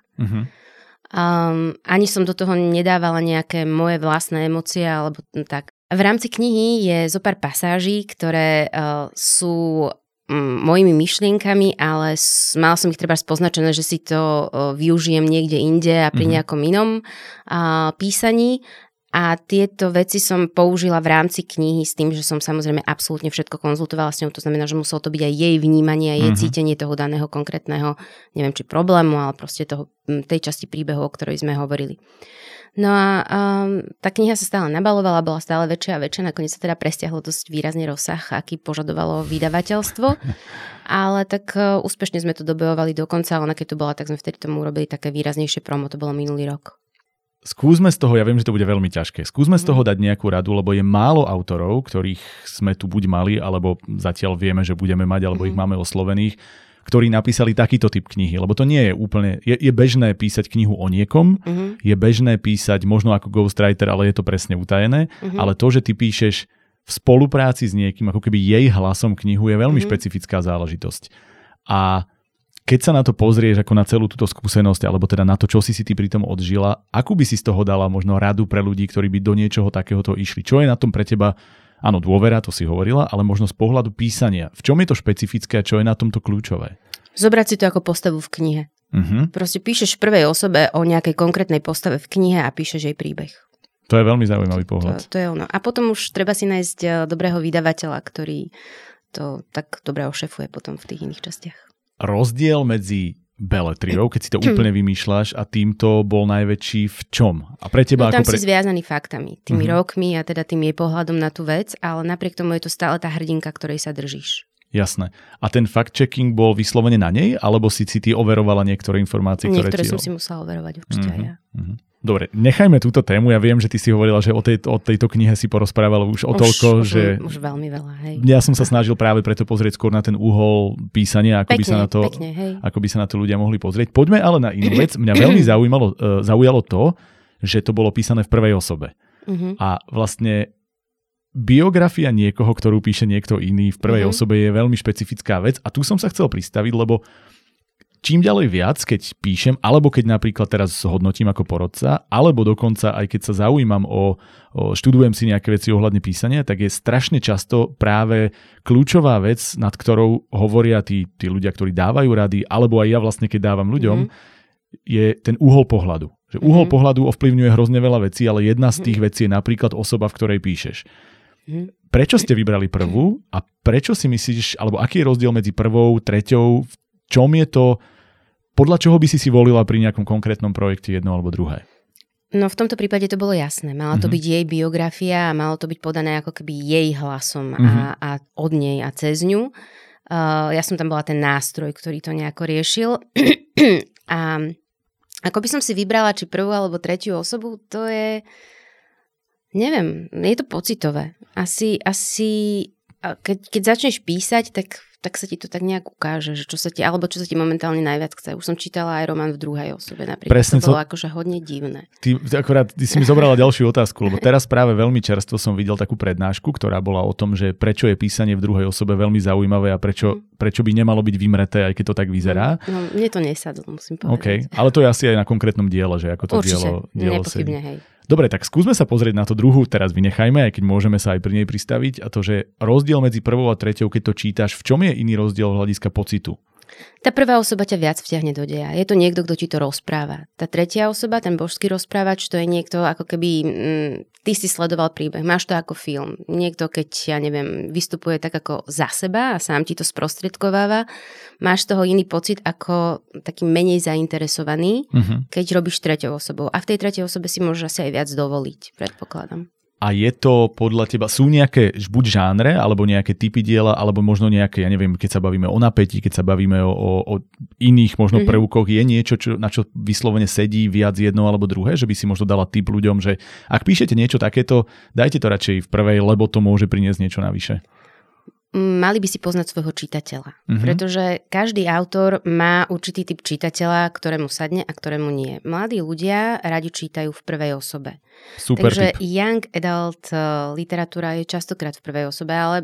Ani som do toho nedávala nejaké moje vlastné emócie alebo tak. V rámci knihy je zopár pasáží, ktoré sú mojimi myšlienkami, ale mala som ich treba spoznačené, že si to využijem niekde inde a pri nejakom inom písaní. A tieto veci som použila v rámci knihy s tým, že som samozrejme absolútne všetko konzultovala s ňou. To znamená, že muselo to byť aj jej vnímanie a jej cítenie toho daného konkrétneho, neviem či problému, ale proste tej časti príbehu, o ktorej sme hovorili. No a tá kniha sa stále nabalovala, bola stále väčšia a väčšia. Nakoniec sa teda prestiahlo dosť výrazne rozsah, aký požadovalo vydavateľstvo. Ale tak úspešne sme to dobojovali do konca. Ona keď tu bola, tak sme vtedy tomu urobili také výraznejšie promo. To bolo minulý rok. Skúsme z toho, ja viem, že to bude veľmi ťažké, skúsme z toho dať nejakú radu, lebo je málo autorov, ktorých sme tu buď mali, alebo zatiaľ vieme, že budeme mať, alebo ich máme oslovených, ktorí napísali takýto typ knihy, lebo to nie je úplne, je bežné písať knihu o niekom, je bežné písať možno ako ghostwriter, ale je to presne utajené, ale to, že ty píšeš v spolupráci s niekým, ako keby jej hlasom knihu, je veľmi špecifická záležitosť. A keď sa na to pozrieš ako na celú túto skúsenosť, alebo teda na to, čo si ty pri tom odžila, akú by si z toho dala možno radu pre ľudí, ktorí by do niečoho takéhoto išli? Čo je na tom pre teba, áno, dôvera, to si hovorila, ale možno z pohľadu písania. V čom je to špecifické a čo je na tomto kľúčové? Zobrať si to ako postavu v knihe. Proste píšeš v prvej osobe o nejakej konkrétnej postave v knihe a píšeš jej príbeh. To je veľmi zaujímavý pohľad. To je ono. A potom už treba si nájsť dobrého vydavateľa, ktorý to tak dobre ošefuje potom v tých iných častiach. Rozdiel medzi beletriou, keď si to úplne vymýšľaš, a týmto bol najväčší v čom? A pre teba tam si zviazaný faktami, tými rokmi a teda tým jej pohľadom na tú vec, ale napriek tomu je to stále tá hrdinka, ktorej sa držíš. Jasné. A ten fact-checking bol vyslovene na nej, alebo si ty overovala niektoré informácie, ktoré Niektoré som si musela overovať určite aj ja. Dobre, nechajme túto tému. Ja viem, že ty si hovorila, že o tejto knihe si porozprávala už o toľko, že... Už veľmi veľa, hej. Ja som sa snažil práve preto pozrieť skôr na ten uhol písania, ako by sa na to ľudia mohli pozrieť. Poďme ale na inú vec. Mňa veľmi zaujalo to, že to bolo písané v prvej osobe. A vlastne biografia niekoho, ktorú píše niekto iný v prvej osobe, je veľmi špecifická vec. A tu som sa chcel pristaviť, lebo čím ďalej viac, keď píšem, alebo keď napríklad teraz hodnotím ako porodca, alebo dokonca aj keď sa zaujímam študujem si nejaké veci ohľadne písania, tak je strašne často práve kľúčová vec, nad ktorou hovoria tí ľudia, ktorí dávajú rady, alebo aj ja vlastne, keď dávam ľuďom, je ten uhol pohľadu. Že uhol pohľadu ovplyvňuje hrozne veľa vecí, ale jedna z tých vecí je napríklad osoba, v ktorej píšeš. Prečo ste vybrali prvú a prečo si myslíš, alebo aký je rozdiel medzi prvou, treťou, v čom je to, podľa čoho by si volila pri nejakom konkrétnom projekte jedno alebo druhé? No v tomto prípade to bolo jasné. Mala to byť jej biografia a malo to byť podané ako keby jej hlasom a od nej a cez ňu. Ja som tam bola ten nástroj, ktorý to nejako riešil. A ako by som si vybrala, či prvú alebo tretiu osobu, to je... Neviem, je to pocitové. Asi keď začneš písať, tak sa ti to tak nejak ukáže, že čo sa ti momentálne najviac chce. Už som čítala aj román v druhej osobe napríklad. Presne, to bolo akože hodne divné. Ty si mi zobrala ďalšiu otázku, lebo teraz práve veľmi čerstvo som videl takú prednášku, ktorá bola o tom, že prečo je písanie v druhej osobe veľmi zaujímavé a prečo by nemalo byť vymreté, aj keď to tak vyzerá. No, mne to nesadlo, musím povedať. Okay. Ale to je asi aj na konkrétnom diele, že ako to dielo nepochybne, hej. Dobre, tak skúsme sa pozrieť na to druhú, teraz vynechajme, aj keď môžeme sa aj pri nej pristaviť, a to, že rozdiel medzi prvou a treťou, keď to čítaš, v čom je iný rozdiel z hľadiska pocitu? Tá prvá osoba ťa viac vťahne do deja. Je to niekto, kto ti to rozpráva. Tá tretia osoba, ten božský rozprávač, to je niekto, ako keby ty si sledoval príbeh. Máš to ako film. Niekto, keď, ja neviem, vystupuje tak ako za seba a sám ti to sprostredkováva, máš z toho iný pocit ako taký menej zainteresovaný, keď robíš treťou osobou. A v tej tretej osobe si môžeš asi aj viac dovoliť, predpokladám. A je to podľa teba, sú nejaké buď žánre, alebo nejaké typy diela, alebo možno nejaké, ja neviem, keď sa bavíme o napätí, keď sa bavíme o iných možno prvkoch, je niečo, na čo vyslovene sedí viac jedno alebo druhé, že by si možno dala tip ľuďom, že ak píšete niečo takéto, dajte to radšej v prvej, lebo to môže priniesť niečo navyše. Mali by si poznať svojho čitateľa. Pretože každý autor má určitý typ čitateľa, ktorému sadne a ktorému nie. Mladí ľudia radi čítajú v prvej osobe. Super Takže tip. young adult literatúra je častokrát v prvej osobe, ale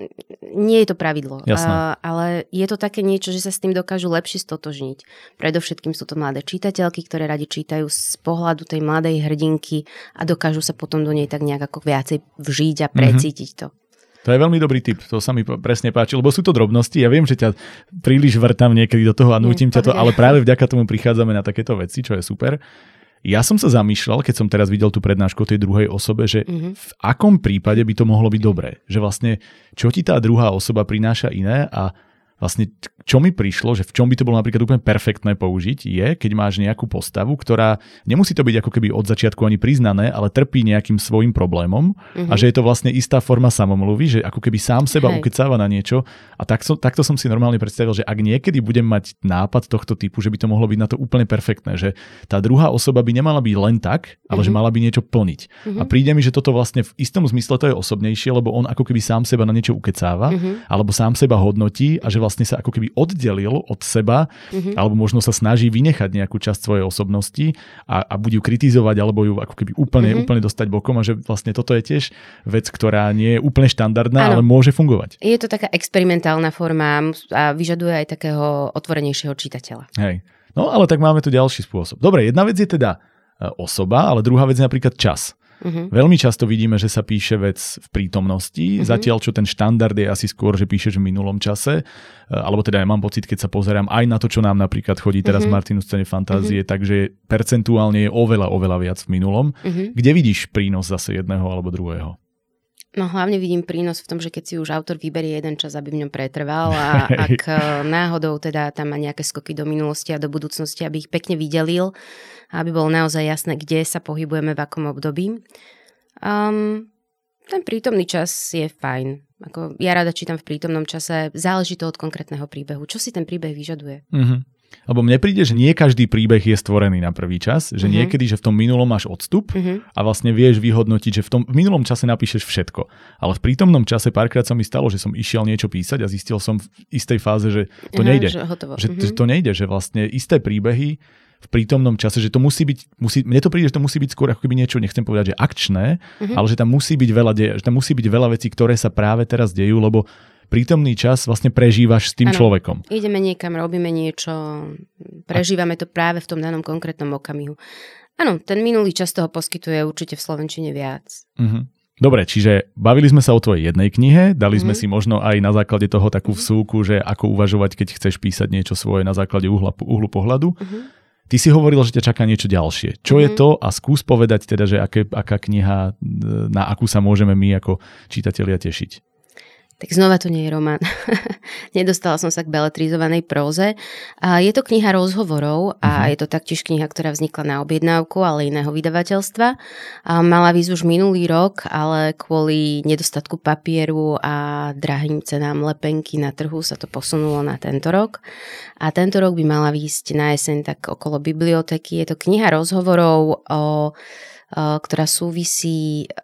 nie je to pravidlo. Ale je to také niečo, že sa s tým dokážu lepšie stotožniť. Predovšetkým sú to mladé čitateľky, ktoré radi čítajú z pohľadu tej mladej hrdinky a dokážu sa potom do nej tak nejak ako viacej vžiť a precítiť to. To je veľmi dobrý tip, to sa mi presne páči, lebo sú to drobnosti. Ja viem, že ťa príliš vrtam niekedy do toho a nútim ťa to, ale práve vďaka tomu prichádzame na takéto veci, čo je super. Ja som sa zamýšľal, keď som teraz videl tú prednášku o tej druhej osobe, že v akom prípade by to mohlo byť dobré. Že vlastne, čo ti tá druhá osoba prináša iné a vlastne čo mi prišlo, že v čom by to bolo napríklad úplne perfektné použiť, je, keď máš nejakú postavu, ktorá nemusí to byť ako keby od začiatku ani priznané, ale trpí nejakým svojím problémom a že je to vlastne istá forma samomluvy, že ako keby sám seba ukecáva na niečo a takto som si normálne predstavil, že ak niekedy budem mať nápad tohto typu, že by to mohlo byť na to úplne perfektné, že tá druhá osoba by nemala byť len tak, ale že mala by niečo plniť. A príde mi, že toto vlastne v istom zmysle to je osobnejšie, lebo on ako keby sám seba na niečo ukecáva, alebo sám seba hodnotí a že vlastne sa ako keby oddelil od seba, alebo možno sa snaží vynechať nejakú časť svojej osobnosti a bude ju kritizovať, alebo ju ako keby úplne dostať bokom a že vlastne toto je tiež vec, ktorá nie je úplne štandardná, ale môže fungovať. Je to taká experimentálna forma a vyžaduje aj takého otvorenejšieho čitateľa. Hej. No ale tak máme tu ďalší spôsob. Dobre, jedna vec je teda osoba, ale druhá vec je napríklad čas. Veľmi často vidíme, že sa píše vec v prítomnosti, zatiaľ čo ten štandard je asi skôr, že píšeš v minulom čase, alebo teda ja mám pocit, keď sa pozerám aj na to, čo nám napríklad chodí teraz Martinu scéne fantázie, takže percentuálne je oveľa viac v minulom. Kde vidíš prínos zase jedného alebo druhého? No hlavne vidím prínos v tom, že keď si už autor vyberie jeden čas, aby v ňom pretrval a ak náhodou teda tam má nejaké skoky do minulosti a do budúcnosti, aby ich pekne vydelil, aby bolo naozaj jasné, kde sa pohybujeme, v akom období. Ten prítomný čas je fajn. Ja rada čítam v prítomnom čase, záleží to od konkrétneho príbehu. Čo si ten príbeh vyžaduje? Lebo mne príde, že nie každý príbeh je stvorený na prvý čas, že niekedy, že v tom minulom máš odstup a vlastne vieš vyhodnotiť, že v minulom čase napíšeš všetko. Ale v prítomnom čase párkrát sa mi stalo, že som išiel niečo písať a zistil som v istej fáze, že to nejde. Že to nejde, že vlastne isté príbehy v prítomnom čase, že to musí byť, mne to príde, že to musí byť skôr ako keby niečo, nechcem povedať, že akčné, ale že tam musí byť že tam musí byť veľa vecí, ktoré sa práve teraz dejú, lebo prítomný čas vlastne prežívaš s tým človekom. Ideme niekam, robíme niečo, prežívame to práve v tom danom konkrétnom okamihu. Áno, ten minulý čas toho poskytuje určite v slovenčine viac. Dobre, čiže bavili sme sa o tvojej jednej knihe, dali sme si možno aj na základe toho takú vsúku, že ako uvažovať, keď chceš písať niečo svoje na základe uhlu pohľadu. Ty si hovoril, že ťa čaká niečo ďalšie. Čo je to a skús povedať teda, že aká kniha, na akú sa môžeme my ako čitatelia tešiť. Tak znova to nie je román. Nedostala som sa k beletrizovanej próze. Je to kniha rozhovorov a je to taktiež kniha, ktorá vznikla na objednávku, ale iného vydavateľstva. Mala výsť už minulý rok, ale kvôli nedostatku papieru a drahým cenám lepenky na trhu sa to posunulo na tento rok. A tento rok by mala výsť na jeseň tak okolo bibliotéky. Je to kniha rozhovorov, ktorá súvisí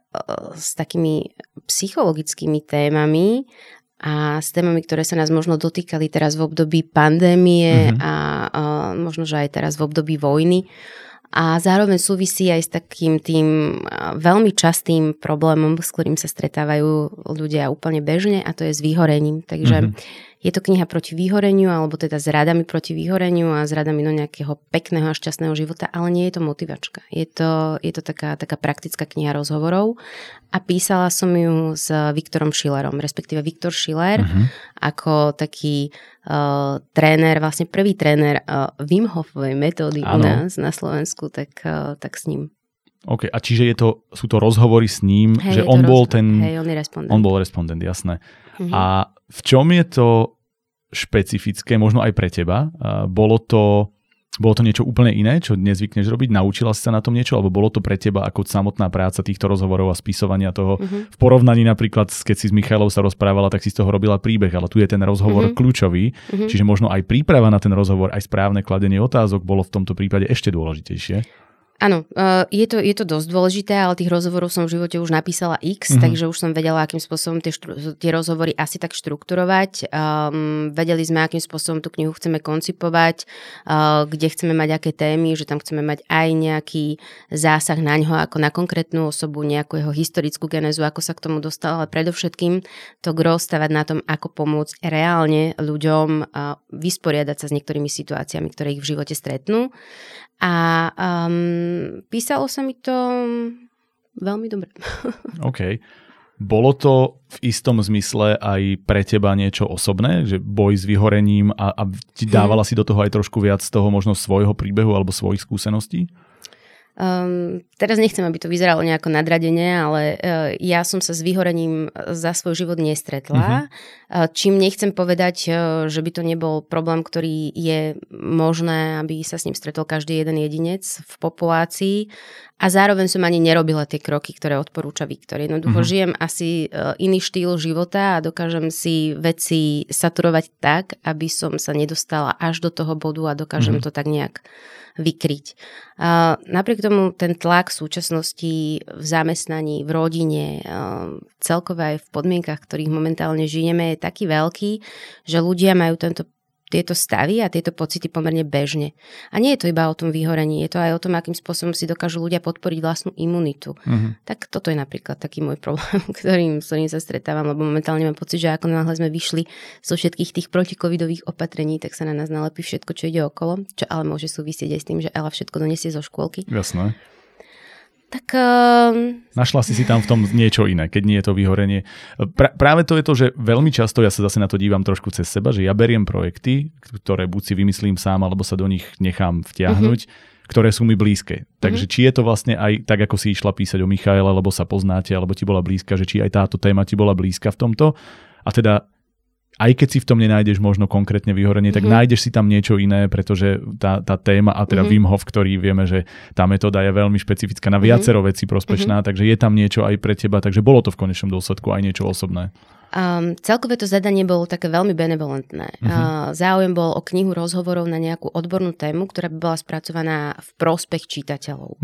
s takými psychologickými témami a s témami, ktoré sa nás možno dotýkali teraz v období pandémie a možno, že aj teraz v období vojny. A zároveň súvisí aj s takým tým veľmi častým problémom, s ktorým sa stretávajú ľudia úplne bežne, a to je s vyhorením. Takže je to kniha proti vyhoreniu, alebo teda s radami proti vyhoreniu a s radami do nejakého pekného a šťastného života, ale nie je to motivačka. Je to taká praktická kniha rozhovorov a písala som ju s Viktorom Schillerom, respektíve Viktor Schiller ako taký tréner, vlastne prvý tréner Wim Hofovej metódy u nás na Slovensku, tak s ním. OK, a čiže sú to rozhovory s ním, že on bol on bol respondent, jasné. A v čom je to špecifické, možno aj pre teba? Bolo to niečo úplne iné, čo dnes zvykneš robiť? Naučila si sa na tom niečo? Alebo bolo to pre teba ako samotná práca týchto rozhovorov a spisovania toho? V porovnaní napríklad, keď si s Michailou sa rozprávala, tak si z toho robila príbeh, ale tu je ten rozhovor kľúčový. Čiže možno aj príprava na ten rozhovor, aj správne kladenie otázok bolo v tomto prípade ešte dôležitejšie. Áno, je to dosť dôležité, ale tých rozhovorov som v živote už napísala X, takže už som vedela, akým spôsobom tie rozhovory asi tak štrukturovať. Vedeli sme, akým spôsobom tú knihu chceme koncipovať, kde chceme mať aké témy, že tam chceme mať aj nejaký zásah na ňo ako na konkrétnu osobu, nejakú jeho historickú genézu, ako sa k tomu dostal, ale predovšetkým to gros stavať na tom, ako pomôcť reálne ľuďom vysporiadať sa s niektorými situáciami, ktoré ich v živote stretnú. A písalo sa mi to veľmi dobre. OK. Bolo to v istom zmysle aj pre teba niečo osobné? Že boj s vyhorením a ti dávala si do toho aj trošku viac z toho možno svojho príbehu alebo svojich skúseností? Teraz nechcem, aby to vyzeralo nejako nadradene, ale ja som sa s vyhorením za svoj život nestretla. Čím nechcem povedať, že by to nebol problém, ktorý je možné, aby sa s ním stretol každý jeden jedinec v populácii. A zároveň som ani nerobila tie kroky, ktoré odporúča Viktor. Jednoducho žijem asi iný štýl života a dokážem si veci saturovať tak, aby som sa nedostala až do toho bodu a dokážem to tak nejak vykryť. Napriek tomu ten tlak v súčasnosti v zamestnaní, v rodine, celkové aj v podmienkach, v ktorých momentálne žijeme, je taký veľký, že ľudia majú tieto stavy a tieto pocity pomerne bežne. A nie je to iba o tom vyhorení, je to aj o tom, akým spôsobom si dokážu ľudia podporiť vlastnú imunitu. Tak toto je napríklad taký môj problém, s ktorým sa stretávam, lebo momentálne mám pocit, že ako náhle sme vyšli zo všetkých tých protikovidových opatrení, tak sa na nás nalepí všetko, čo ide okolo, čo ale môže súvisieť aj s tým, že Ela všetko donesie zo škôlky. Jasné. Tak našla si tam v tom niečo iné, keď nie je to vyhorenie. Práve to je to, že veľmi často, ja sa zase na to dívam trošku cez seba, že ja beriem projekty, ktoré buď si vymyslím sám, alebo sa do nich nechám vtiahnuť, ktoré sú mi blízke. Takže či je to vlastne aj tak, ako si išla písať o Michaela, lebo sa poznáte, alebo ti bola blízka, že či aj táto téma ti bola blízka v tomto. A teda aj keď si v tom nenájdeš možno konkrétne vyhorenie, tak nájdeš si tam niečo iné, pretože tá téma, a teda Wim Hof, ktorý vieme, že tá metóda je veľmi špecifická, na viacero vecí prospešná, takže je tam niečo aj pre teba, takže bolo to v konečnom dôsledku aj niečo osobné. Celkové to zadanie bolo také veľmi benevolentné. Záujem bol o knihu rozhovorov na nejakú odbornú tému, ktorá by bola spracovaná v prospech čitateľov.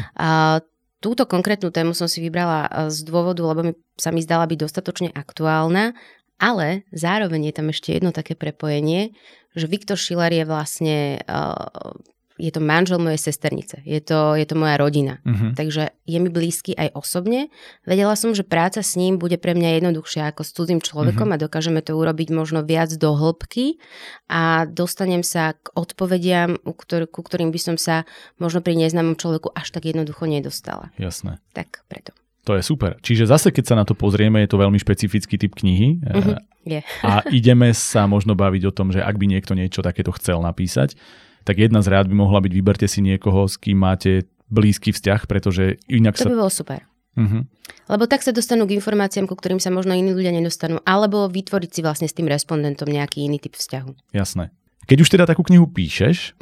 Túto konkrétnu tému som si vybrala z dôvodu, lebo sa mi zdala byť dostatočne aktuálna. Ale zároveň je tam ešte jedno také prepojenie, že Viktor Schiller je vlastne, je to manžel mojej sesternice, je to moja rodina. Takže je mi blízky aj osobne. Vedela som, že práca s ním bude pre mňa jednoduchšia ako s cudzým človekom a dokážeme to urobiť možno viac do hĺbky a dostanem sa k odpovediam, ku ktorým by som sa možno pri neznámom človeku až tak jednoducho nedostala. Jasné. Tak preto. To je super. Čiže zase, keď sa na to pozrieme, je to veľmi špecifický typ knihy. A ideme sa možno baviť o tom, že ak by niekto niečo takéto chcel napísať, tak jedna z rád by mohla byť, vyberte si niekoho, s kým máte blízky vzťah, pretože inak to by bolo super. Lebo tak sa dostanú k informáciám, ku ktorým sa možno iní ľudia nedostanú, alebo vytvoriť si vlastne s tým respondentom nejaký iný typ vzťahu. Jasné. Keď už teda takú knihu píšeš,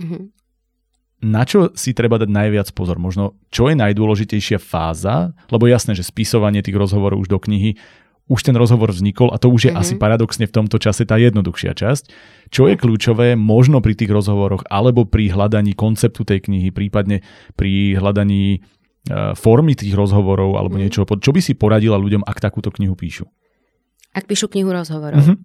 na čo si treba dať najviac pozor? Možno, čo je najdôležitejšia fáza? Lebo jasné, že spisovanie tých rozhovorov už do knihy, už ten rozhovor vznikol a to už je asi paradoxne v tomto čase tá jednoduchšia časť. Čo je kľúčové možno pri tých rozhovoroch alebo pri hľadaní konceptu tej knihy, prípadne pri hľadaní formy tých rozhovorov alebo niečo. Čo by si poradila ľuďom, ak takúto knihu píšu? Ak píšu knihu rozhovorov?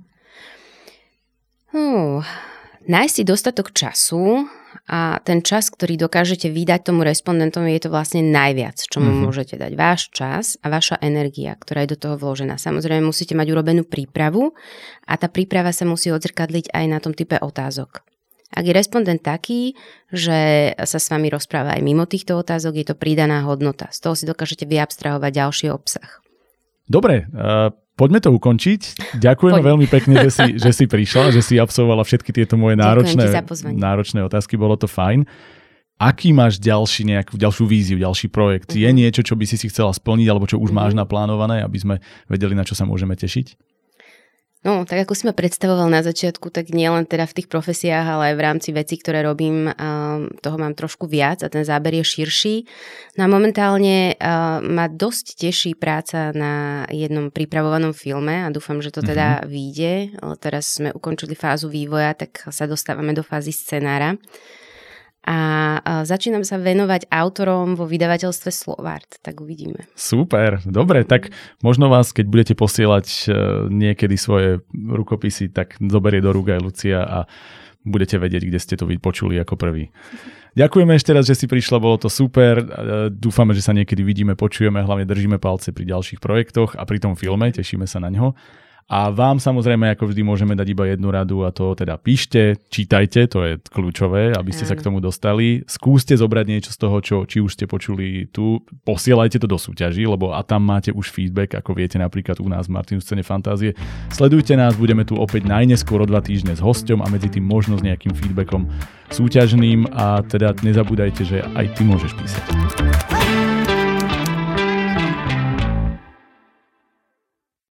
Nájsť si dostatok času a ten čas, ktorý dokážete vydať tomu respondentovi, je to vlastne najviac, čo mu môžete dať. Váš čas a vaša energia, ktorá je do toho vložená. Samozrejme musíte mať urobenú prípravu a tá príprava sa musí odzrkadliť aj na tom type otázok. Ak je respondent taký, že sa s vami rozpráva aj mimo týchto otázok, je to pridaná hodnota. Z toho si dokážete vyabstrahovať ďalší obsah. Dobre, poďme to ukončiť. Ďakujeme veľmi pekne, že si prišla, že si absolvovala všetky tieto moje náročné otázky. Bolo to fajn. Aký máš ďalšiu víziu, ďalší projekt? Je niečo, čo by si chcela splniť, alebo čo už máš naplánované, aby sme vedeli, na čo sa môžeme tešiť? No, tak ako si ma predstavoval na začiatku, tak nie len teda v tých profesiách, ale aj v rámci vecí, ktoré robím, toho mám trošku viac a ten záber je širší. No a momentálne ma dosť teší práca na jednom pripravovanom filme a dúfam, že to teda vyjde. Teraz sme ukončili fázu vývoja, tak sa dostávame do fázy scenára. A začínam sa venovať autorom vo vydavateľstve Slovart, tak uvidíme. Super, dobre, tak možno vás, keď budete posielať niekedy svoje rukopisy, tak zoberie do rúk aj Lucia a budete vedieť, kde ste to vypočuli ako prvý. Ďakujeme ešte raz, že si prišla, bolo to super. Dúfame, že sa niekedy vidíme, počujeme, hlavne držíme palce pri ďalších projektoch a pri tom filme, tešíme sa na ňo. A vám samozrejme, ako vždy, môžeme dať iba jednu radu a to teda píšte, čítajte, to je kľúčové, aby ste sa k tomu dostali. Skúste zobrať niečo z toho, či už ste počuli tu, posielajte to do súťaží, lebo a tam máte už feedback, ako viete napríklad u nás v Martinu scéne fantázie. Sledujte nás, budeme tu opäť najneskôr o 2 týždne s hosťom a medzi tým možno s nejakým feedbackom súťažným a teda nezabúdajte, že aj ty môžeš písať.